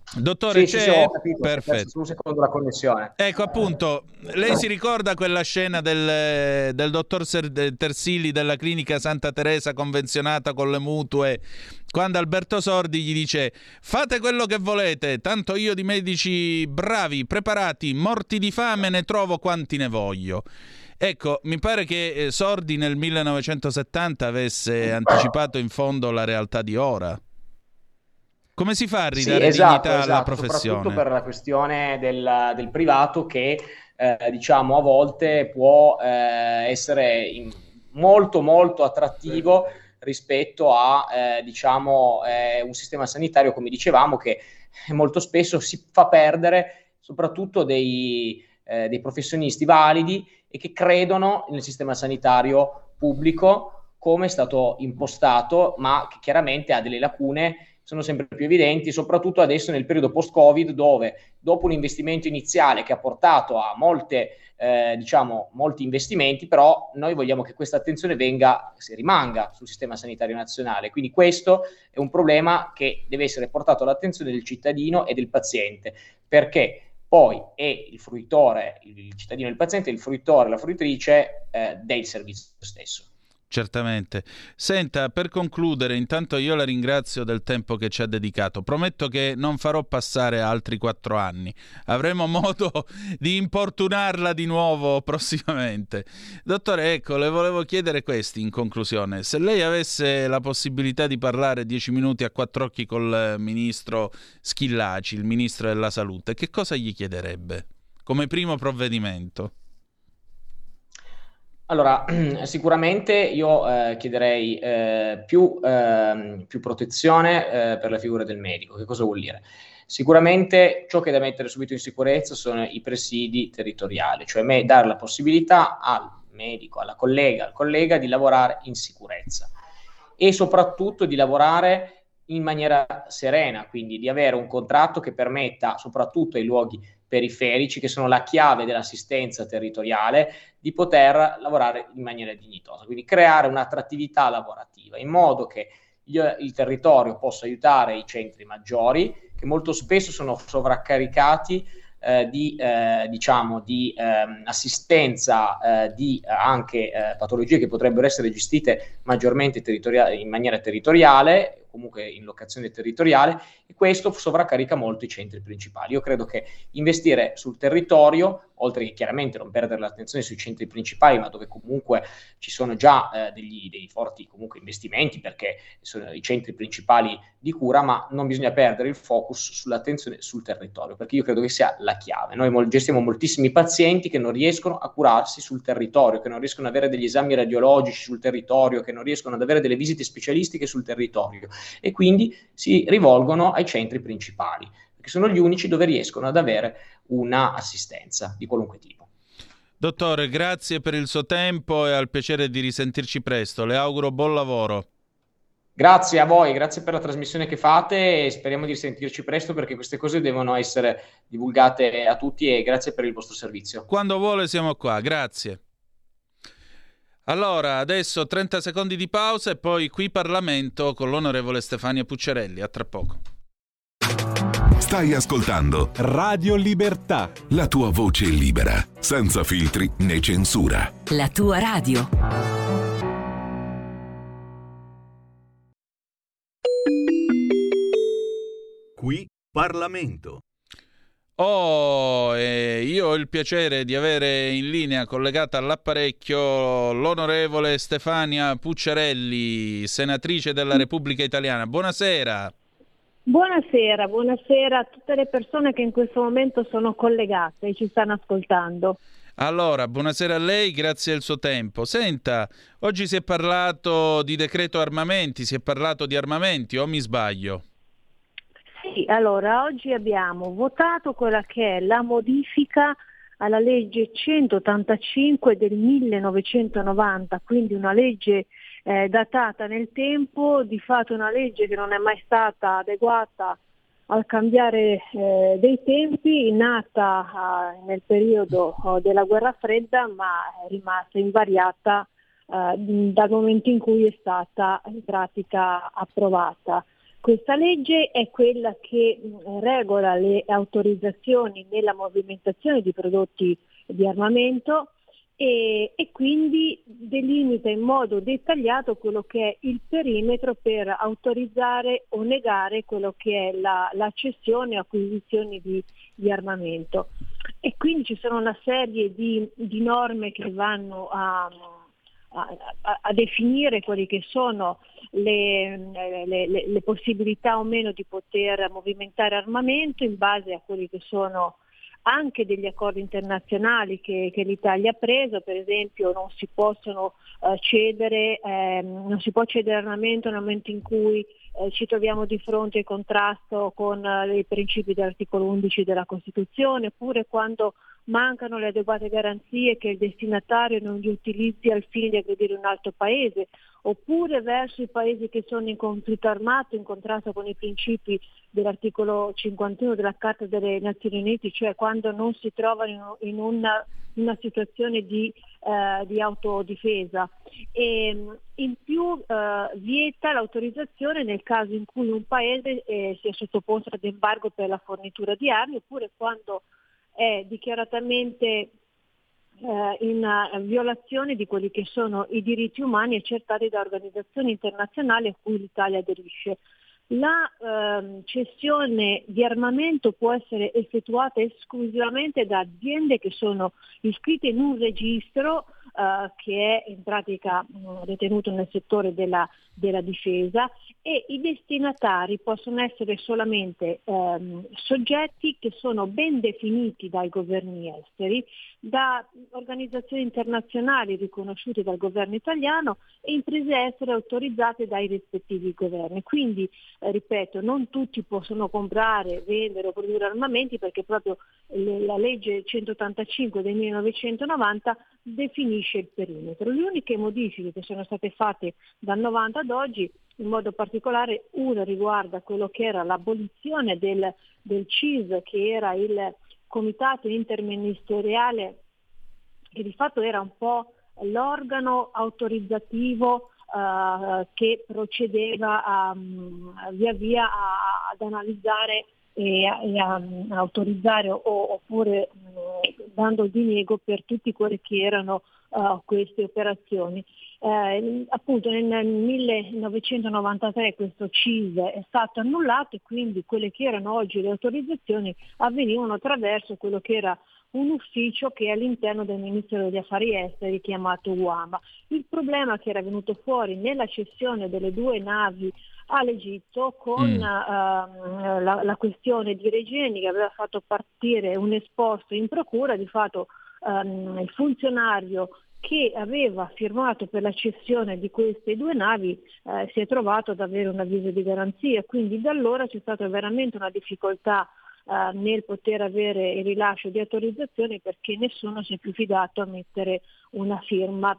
Dottore, sì, c'è? ho capito, Perfetto. un secondo la connessione. Ecco, appunto, lei si ricorda quella scena del dottor Tersili della clinica Santa Teresa convenzionata con le mutue, quando Alberto Sordi gli dice: fate quello che volete, tanto io di medici bravi, preparati, morti di fame ne trovo quanti ne voglio. Ecco, mi pare che Sordi nel 1970 avesse anticipato in fondo la realtà di ora. Come si fa a ridare dignità alla professione? Soprattutto per la questione del privato che, diciamo, a volte può essere molto, molto attrattivo rispetto a, diciamo, un sistema sanitario, come dicevamo, che molto spesso si fa perdere soprattutto dei professionisti validi e che credono nel sistema sanitario pubblico come è stato impostato, ma che chiaramente ha delle lacune, sono sempre più evidenti, soprattutto adesso nel periodo post-Covid, dove dopo un investimento iniziale che ha portato a molti investimenti, però noi vogliamo che questa attenzione rimanga sul sistema sanitario nazionale. Quindi questo è un problema che deve essere portato all'attenzione del cittadino e del paziente, perché poi è il fruitore, il cittadino e il paziente, il fruitore, la fruitrice del servizio stesso. Certamente. Senta, per concludere, intanto io la ringrazio del tempo che ci ha dedicato. Prometto che non farò passare altri 4 anni. Avremo modo di importunarla di nuovo prossimamente. Dottore, ecco, le volevo chiedere questo in conclusione. Se lei avesse la possibilità di parlare 10 minuti a 4 occhi col ministro Schillaci, il ministro della Salute, che cosa gli chiederebbe come primo provvedimento? Allora, sicuramente io chiederei più protezione per la figura del medico. Che cosa vuol dire? Sicuramente ciò che è da mettere subito in sicurezza sono i presidi territoriali, cioè dare la possibilità al medico, alla collega, al collega di lavorare in sicurezza e soprattutto di lavorare in maniera serena, quindi di avere un contratto che permetta soprattutto ai luoghi periferici, che sono la chiave dell'assistenza territoriale, di poter lavorare in maniera dignitosa, quindi creare un'attrattività lavorativa in modo che il territorio possa aiutare i centri maggiori, che molto spesso sono sovraccaricati di assistenza di anche patologie che potrebbero essere gestite maggiormente in maniera territoriale, comunque in locazione territoriale, e questo sovraccarica molto i centri principali. Io credo che investire sul territorio, oltre che chiaramente non perdere l'attenzione sui centri principali, ma dove comunque ci sono già dei forti comunque investimenti, perché sono i centri principali di cura, ma non bisogna perdere il focus sull'attenzione sul territorio, perché io credo che sia la chiave. Noi gestiamo moltissimi pazienti che non riescono a curarsi sul territorio, che non riescono ad avere degli esami radiologici sul territorio, che non riescono ad avere delle visite specialistiche sul territorio, e quindi si rivolgono ai centri principali, perché sono gli unici dove riescono ad avere una assistenza di qualunque tipo. Dottore, grazie per il suo tempo e al piacere di risentirci presto. Le auguro buon lavoro. Grazie a voi, grazie per la trasmissione che fate e speriamo di sentirci presto, perché queste cose devono essere divulgate a tutti, e grazie per il vostro servizio. Quando vuole siamo qua, grazie. Allora, adesso 30 secondi di pausa e poi qui Parlamento con l'onorevole Stefania Pucciarelli. A tra poco. Stai ascoltando Radio Libertà. La tua voce libera, senza filtri né censura. La tua radio. Qui Parlamento. Io ho il piacere di avere in linea collegata all'apparecchio l'onorevole Stefania Pucciarelli, senatrice della Repubblica Italiana. Buonasera. Buonasera a tutte le persone che in questo momento sono collegate e ci stanno ascoltando. Allora, buonasera a lei, grazie del suo tempo. Senta, oggi si è parlato di decreto armamenti, si è parlato di armamenti, o mi sbaglio? Sì, allora oggi abbiamo votato quella che è la modifica alla legge 185 del 1990, quindi una legge datata nel tempo, di fatto una legge che non è mai stata adeguata al cambiare dei tempi, nata nel periodo della guerra fredda, ma è rimasta invariata dal momento in cui è stata in pratica approvata. Questa legge è quella che regola le autorizzazioni nella movimentazione di prodotti di armamento e quindi delimita in modo dettagliato quello che è il perimetro per autorizzare o negare quello che è la cessione o acquisizione di armamento. E quindi ci sono una serie di norme che vanno a definire quelli che sono le possibilità o meno di poter movimentare armamento in base a quelli che sono anche degli accordi internazionali che l'Italia ha preso. Per esempio non si possono cedere, non si può cedere armamento nel momento in cui ci troviamo di fronte al contrasto con i principi dell'articolo 11 della Costituzione, oppure quando mancano le adeguate garanzie che il destinatario non li utilizzi al fine di aggredire un altro paese, oppure verso i paesi che sono in conflitto armato, in contrasto con i principi dell'articolo 51 della Carta delle Nazioni Unite, cioè quando non si trovano in una situazione di autodifesa. E in più vieta l'autorizzazione nel caso in cui un paese sia sottoposto ad embargo per la fornitura di armi, oppure quando è dichiaratamente in violazione di quelli che sono i diritti umani accertati da organizzazioni internazionali a cui l'Italia aderisce. La cessione di armamento può essere effettuata esclusivamente da aziende che sono iscritte in un registro che è in pratica detenuto nel settore della difesa, e i destinatari possono essere solamente soggetti che sono ben definiti dai governi esteri, da organizzazioni internazionali riconosciute dal governo italiano e imprese estere autorizzate dai rispettivi governi. Quindi, ripeto, non tutti possono comprare, vendere o produrre armamenti, perché proprio la legge 185 del 1990 definisce il perimetro. Le uniche modifiche che sono state fatte dal 90 ad oggi, in modo particolare una riguarda quello che era l'abolizione del CIS, che era il comitato interministeriale, che di fatto era un po' l'organo autorizzativo che procedeva via via ad analizzare e a autorizzare oppure dando il diniego per tutti quelli che erano queste operazioni. Appunto nel 1993 questo CIS è stato annullato, e quindi quelle che erano oggi le autorizzazioni avvenivano attraverso quello che era un ufficio che è all'interno del Ministero degli Affari Esteri chiamato UAMA. Il problema che era venuto fuori nella cessione delle 2 navi all'Egitto con la questione di Regeni, che aveva fatto partire un esposto in procura, di fatto il funzionario che aveva firmato per la cessione di queste 2 navi si è trovato ad avere un avviso di garanzia, quindi da allora c'è stata veramente una difficoltà nel poter avere il rilascio di autorizzazioni, perché nessuno si è più fidato a mettere una firma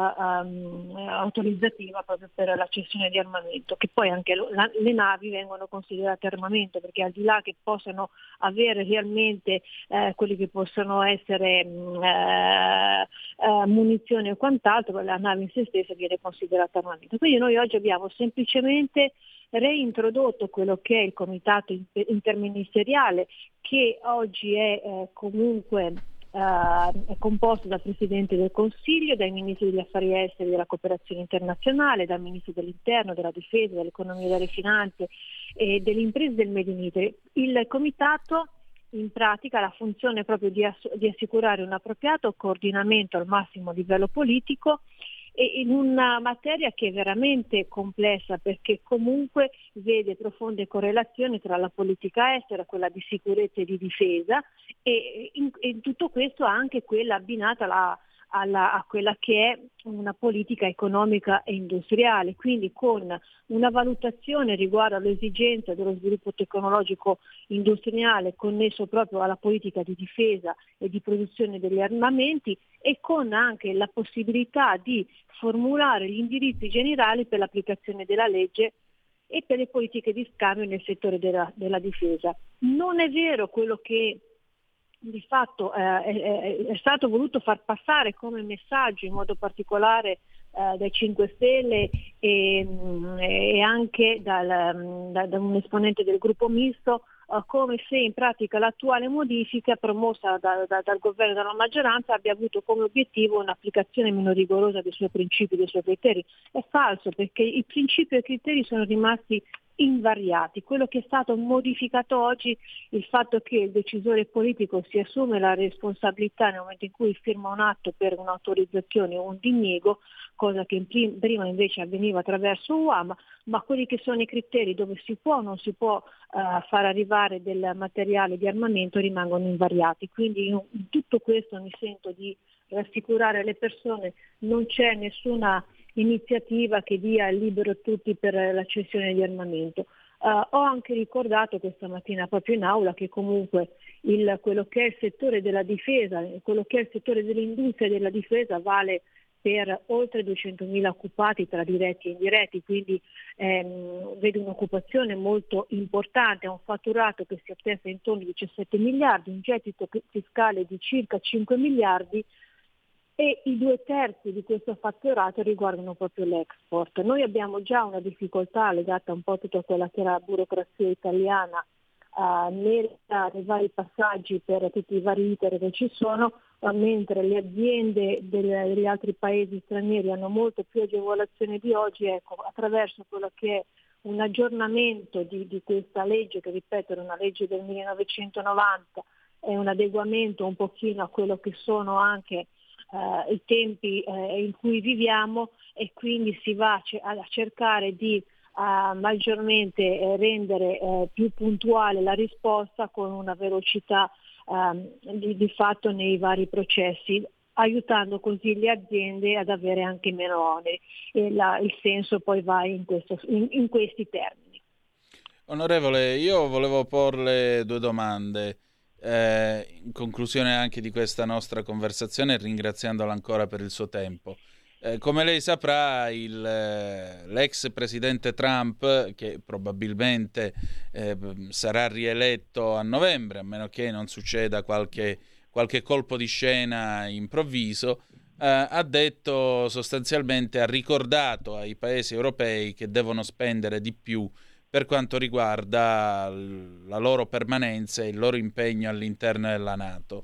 autorizzativa proprio per la cessione di armamento, che poi anche le navi vengono considerate armamento, perché al di là che possano avere realmente quelli che possono essere munizioni o quant'altro, la nave in se stessa viene considerata armamento. Quindi noi oggi abbiamo semplicemente reintrodotto quello che è il comitato interministeriale, che oggi è comunque è composto dal Presidente del Consiglio, dai Ministri degli Affari Esteri e della Cooperazione Internazionale, dal Ministro dell'Interno, della Difesa, dell'Economia e delle Finanze e delle imprese del Made in Italy. Il comitato in pratica ha la funzione proprio di assicurare un appropriato coordinamento al massimo livello politico, e in una materia che è veramente complessa, perché comunque vede profonde correlazioni tra la politica estera, quella di sicurezza e di difesa, e in tutto questo anche quella abbinata a quella che è una politica economica e industriale, quindi con una valutazione riguardo all'esigenza dello sviluppo tecnologico industriale connesso proprio alla politica di difesa e di produzione degli armamenti, e con anche la possibilità di formulare gli indirizzi generali per l'applicazione della legge e per le politiche di scambio nel settore della difesa. Non è vero quello che di fatto è stato voluto far passare come messaggio, in modo particolare dai 5 Stelle e anche da un esponente del gruppo misto, come se in pratica l'attuale modifica promossa dal governo e dalla maggioranza abbia avuto come obiettivo un'applicazione meno rigorosa dei suoi principi, dei suoi criteri. È falso, perché i principi e i criteri sono rimasti invariati. Quello che è stato modificato oggi, il fatto che il decisore politico si assume la responsabilità nel momento in cui firma un atto per un'autorizzazione o un diniego, cosa che prima invece avveniva attraverso UAM, ma quelli che sono i criteri dove si può o non si può far arrivare del materiale di armamento rimangono invariati. Quindi in tutto questo mi sento di rassicurare le persone, non c'è nessuna iniziativa che dia libero a tutti per la cessione di armamento. Ho anche ricordato questa mattina proprio in aula che comunque quello che è il settore della difesa, quello che è il settore dell'industria della difesa vale per oltre 200.000 occupati tra diretti e indiretti, quindi vede un'occupazione molto importante, ha un fatturato che si attesta intorno ai 17 miliardi, un gettito fiscale di circa 5 miliardi e i 2/3 di questo fatturato riguardano proprio l'export. Noi abbiamo già una difficoltà legata un po' a tutta quella che era la burocrazia italiana nei vari passaggi per tutti i vari iter che ci sono, mentre le aziende degli altri paesi stranieri hanno molto più agevolazione di oggi. Ecco, attraverso quello che è un aggiornamento di questa legge, che ripeto era una legge del 1990, è un adeguamento un pochino a quello che sono anche i tempi in cui viviamo, e quindi si va a cercare di maggiormente rendere più puntuale la risposta con una velocità di fatto nei vari processi, aiutando così le aziende ad avere anche meno oneri, e il senso poi va in questi termini. Onorevole, io volevo porle 2 domande in conclusione anche di questa nostra conversazione, ringraziandola ancora per il suo tempo. Come lei saprà, l'ex presidente Trump, che probabilmente sarà rieletto a novembre, a meno che non succeda qualche colpo di scena improvviso, ha detto sostanzialmente, ha ricordato ai paesi europei che devono spendere di più per quanto riguarda la loro permanenza e il loro impegno all'interno della NATO.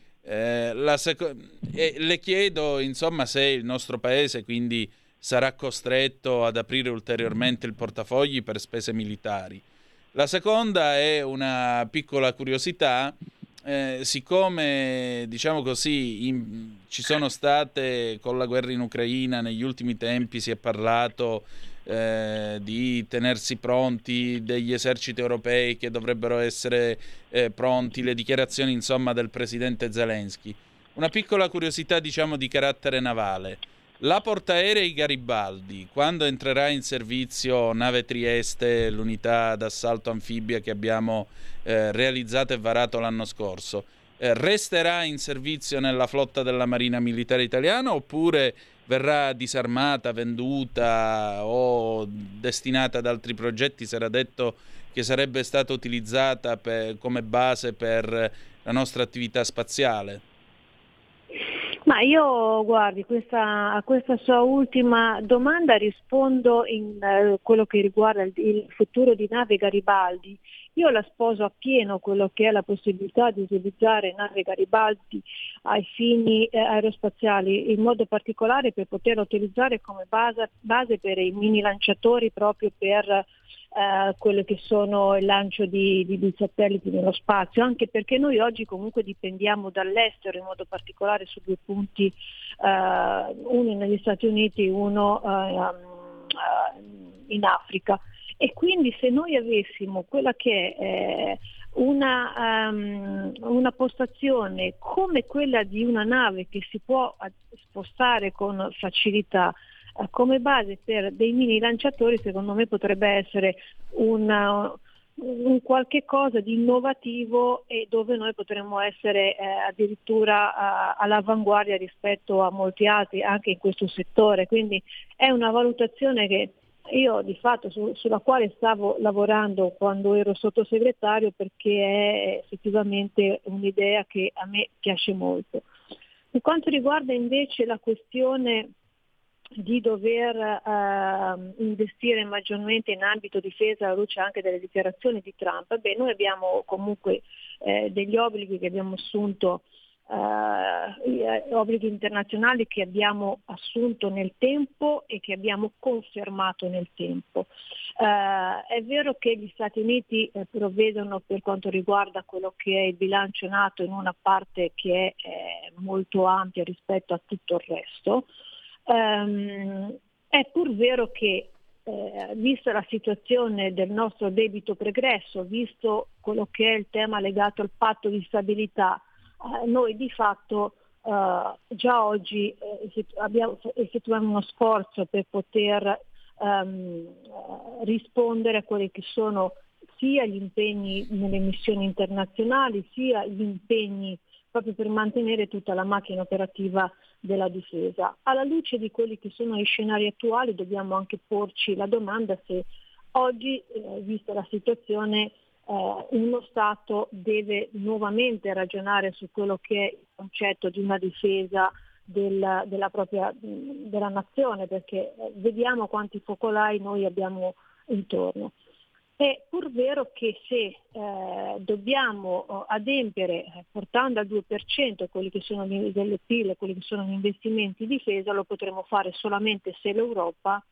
Le chiedo insomma se il nostro paese quindi sarà costretto ad aprire ulteriormente il portafogli per spese militari. La seconda è una piccola curiosità, siccome diciamo così ci sono state, con la guerra in Ucraina negli ultimi tempi si è parlato di tenersi pronti degli eserciti europei che dovrebbero essere pronti, le dichiarazioni insomma del presidente Zelensky. Una piccola curiosità diciamo di carattere navale: la portaerei Garibaldi, quando entrerà in servizio nave Trieste, l'unità d'assalto anfibia che abbiamo realizzato e varato l'anno scorso, resterà in servizio nella flotta della Marina Militare Italiana oppure verrà disarmata, venduta o destinata ad altri progetti? Si era detto che sarebbe stata utilizzata come base per la nostra attività spaziale. Ma io, guardi, a questa sua ultima domanda rispondo in quello che riguarda il futuro di nave Garibaldi. Io la sposo appieno quello che è la possibilità di utilizzare nave Garibaldi ai fini aerospaziali, in modo particolare per poterla utilizzare come base per i mini lanciatori, proprio per quello che sono il lancio di satelliti nello spazio, anche perché noi oggi comunque dipendiamo dall'estero, in modo particolare su 2 punti, uno negli Stati Uniti, uno in Africa. E quindi se noi avessimo quella che è una postazione come quella di una nave che si può spostare con facilità come base per dei mini lanciatori, secondo me potrebbe essere un qualche cosa di innovativo e dove noi potremmo essere addirittura all'avanguardia rispetto a molti altri anche in questo settore. Quindi è una valutazione che io di fatto sulla quale stavo lavorando quando ero sottosegretario, perché è effettivamente un'idea che a me piace molto. Per quanto riguarda invece la questione di dover investire maggiormente in ambito difesa alla luce anche delle dichiarazioni di Trump, noi abbiamo comunque degli obblighi che abbiamo assunto, obblighi internazionali che abbiamo assunto nel tempo e che abbiamo confermato nel tempo. È vero che gli Stati Uniti provvedono per quanto riguarda quello che è il bilancio NATO in una parte che è molto ampia rispetto a tutto il resto. È pur vero che vista la situazione del nostro debito pregresso, visto quello che è il tema legato al patto di stabilità, noi di fatto già oggi effettuiamo uno sforzo per poter rispondere a quelli che sono sia gli impegni nelle missioni internazionali, sia gli impegni proprio per mantenere tutta la macchina operativa della difesa. Alla luce di quelli che sono gli scenari attuali dobbiamo anche porci la domanda se oggi, vista la situazione, uno Stato deve nuovamente ragionare su quello che è il concetto di una difesa della nazione, perché vediamo quanti focolai noi abbiamo intorno. È pur vero che se dobbiamo adempiere portando al 2% quelli che sono delle PIL, quelli che sono gli investimenti in difesa, lo potremo fare solamente se l'Europa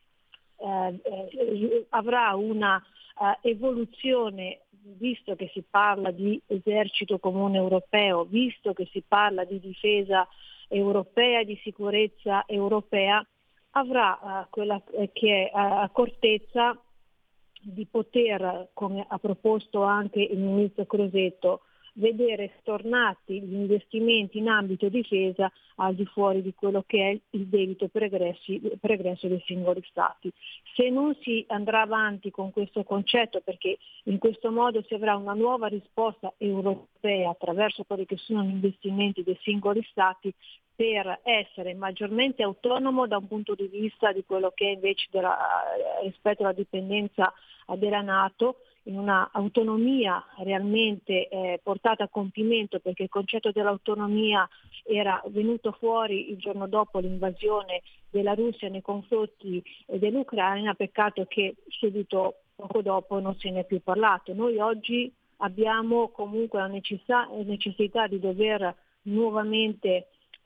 avrà una evoluzione, visto che si parla di esercito comune europeo, visto che si parla di difesa europea, di sicurezza europea, avrà quella che è accortezza di poter, come ha proposto anche il ministro Crosetto, vedere stornati gli investimenti in ambito difesa al di fuori di quello che è il debito pregresso dei singoli Stati. Se non si andrà avanti con questo concetto, perché in questo modo si avrà una nuova risposta europea attraverso quelli che sono gli investimenti dei singoli Stati, per essere maggiormente autonomo da un punto di vista di quello che è invece rispetto alla dipendenza della NATO, in una autonomia realmente portata a compimento, perché il concetto dell'autonomia era venuto fuori il giorno dopo l'invasione della Russia nei confronti dell'Ucraina, peccato che subito poco dopo non se ne è più parlato. Noi oggi abbiamo comunque la necessità di dover nuovamente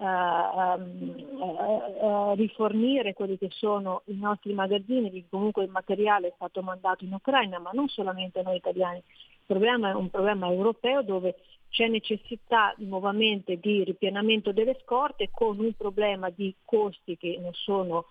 rifornire quelli che sono i nostri magazzini, che comunque il materiale è stato mandato in Ucraina, ma non solamente noi italiani. Il problema è un problema europeo dove c'è necessità nuovamente di ripianamento delle scorte, con un problema di costi che non sono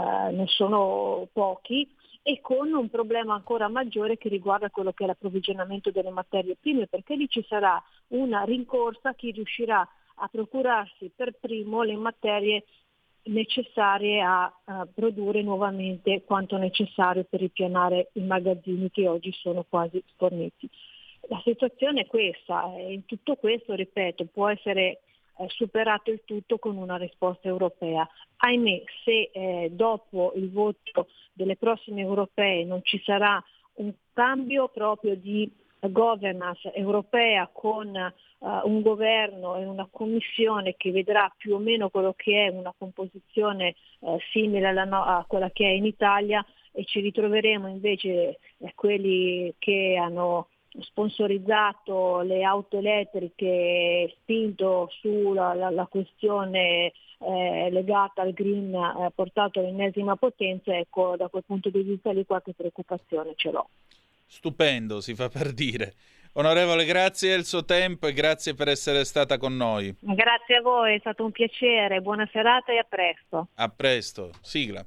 pochi, e con un problema ancora maggiore che riguarda quello che è l'approvvigionamento delle materie prime, perché lì ci sarà una rincorsa a chi riuscirà a procurarsi per primo le materie necessarie a produrre nuovamente quanto necessario per ripianare i magazzini che oggi sono quasi sforniti. La situazione è questa, e in tutto questo, ripeto, può essere superato il tutto con una risposta europea. Ahimè, se dopo il voto delle prossime europee non ci sarà un cambio proprio di governance europea con un governo e una commissione che vedrà più o meno quello che è una composizione simile a quella che è in Italia, e ci ritroveremo invece quelli che hanno sponsorizzato le auto elettriche, spinto sulla questione legata al green, portato all'ennesima potenza. Ecco, da quel punto di vista lì qualche preoccupazione ce l'ho. Stupendo, si fa per dire. Onorevole, grazie del suo tempo e grazie per essere stata con noi. Grazie a voi, è stato un piacere, buona serata e a presto. A presto, sigla.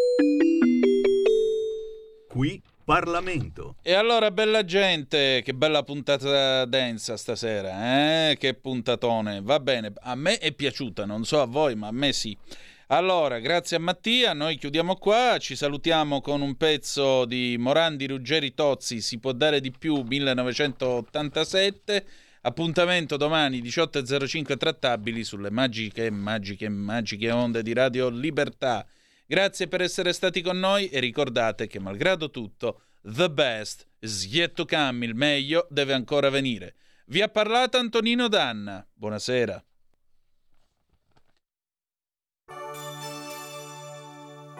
Qui Parlamento. E allora, bella gente, che bella puntata densa stasera, che puntatone. Va bene, a me è piaciuta, non so a voi, ma a me sì. Allora, grazie a Mattia, noi chiudiamo qua, ci salutiamo con un pezzo di Morandi, Ruggeri, Tozzi, Si può dare di più, 1987. Appuntamento domani 18.05 trattabili sulle magiche onde di Radio Libertà. Grazie per essere stati con noi e ricordate che malgrado tutto, the best is yet to come, il meglio deve ancora venire. Vi ha parlato Antonino Danna. Buonasera.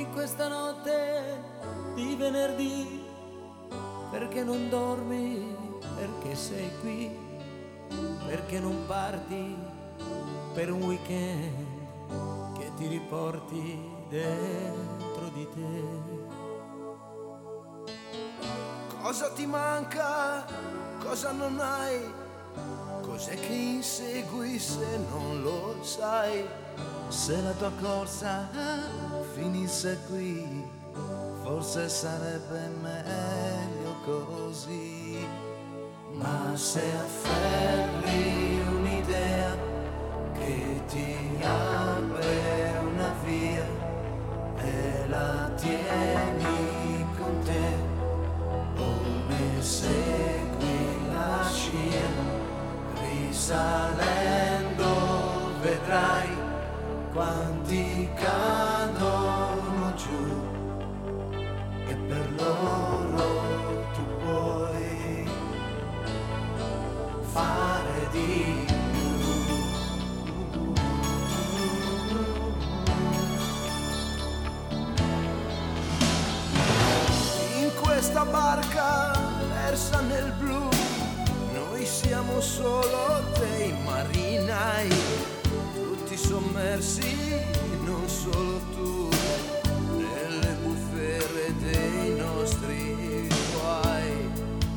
questa notte di venerdì, perché non dormi, perché sei qui, perché non parti per un weekend che ti riporti dentro di te. Cosa ti manca? Cosa non hai? Cos'è che insegui se non lo sai? Se la tua corsa finisse qui, forse sarebbe meglio così. Ma se afferri un'idea che ti apre una via e la tieni con te, come segui la scia, risalendo vedrai quanti cadono giù, e per loro tu puoi fare di più. In questa barca persa nel blu, noi siamo solo dei marinai, tutti sommersi, non solo tu, nelle bufere dei nostri guai.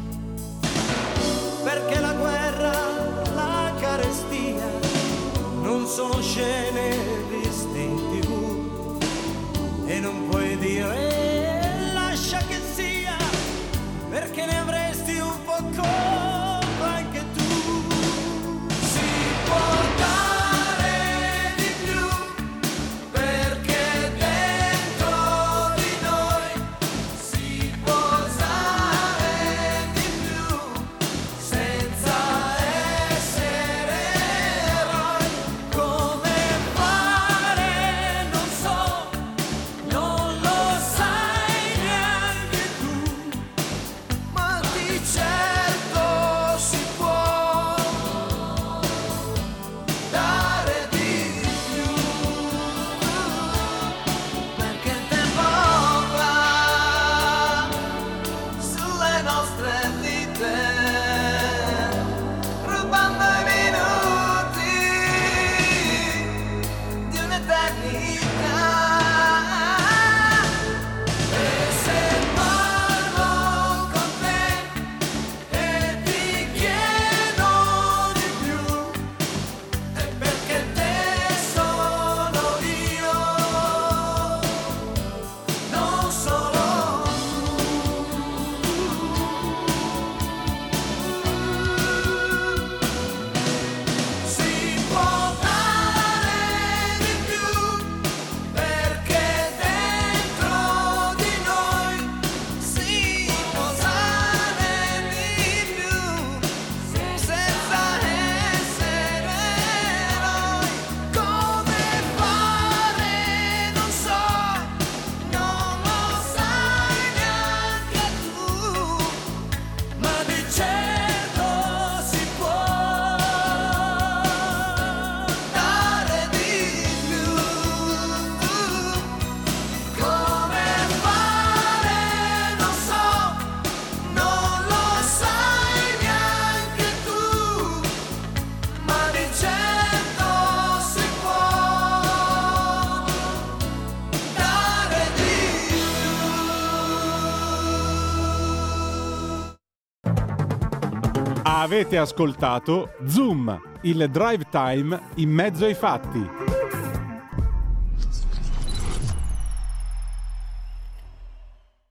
Perché la guerra, la carestia non sono scene viste in TV, e non puoi dire lascia che sia, perché ne avresti un po' colpa anche tu. Si può dare di più, perché dentro di noi si può usare di più, senza essere eroi. Come fare non so, non lo sai neanche tu, ma di certo si può dare di più, perché il tempo va sulle nostre vite, rubando i minuti di un'eternità. E se parlo con te e ti chiedo di più, è perché te sono io, non solo si può dare di più, perché dentro di noi si può usare di più, senza essere eroi. Come fare non so, non lo sai neanche tu, ma di certo si può dare di più. Come fare non so, non lo sai neanche tu, ma di certo si può dare di Avete ascoltato Zoom, il drive time in mezzo ai fatti.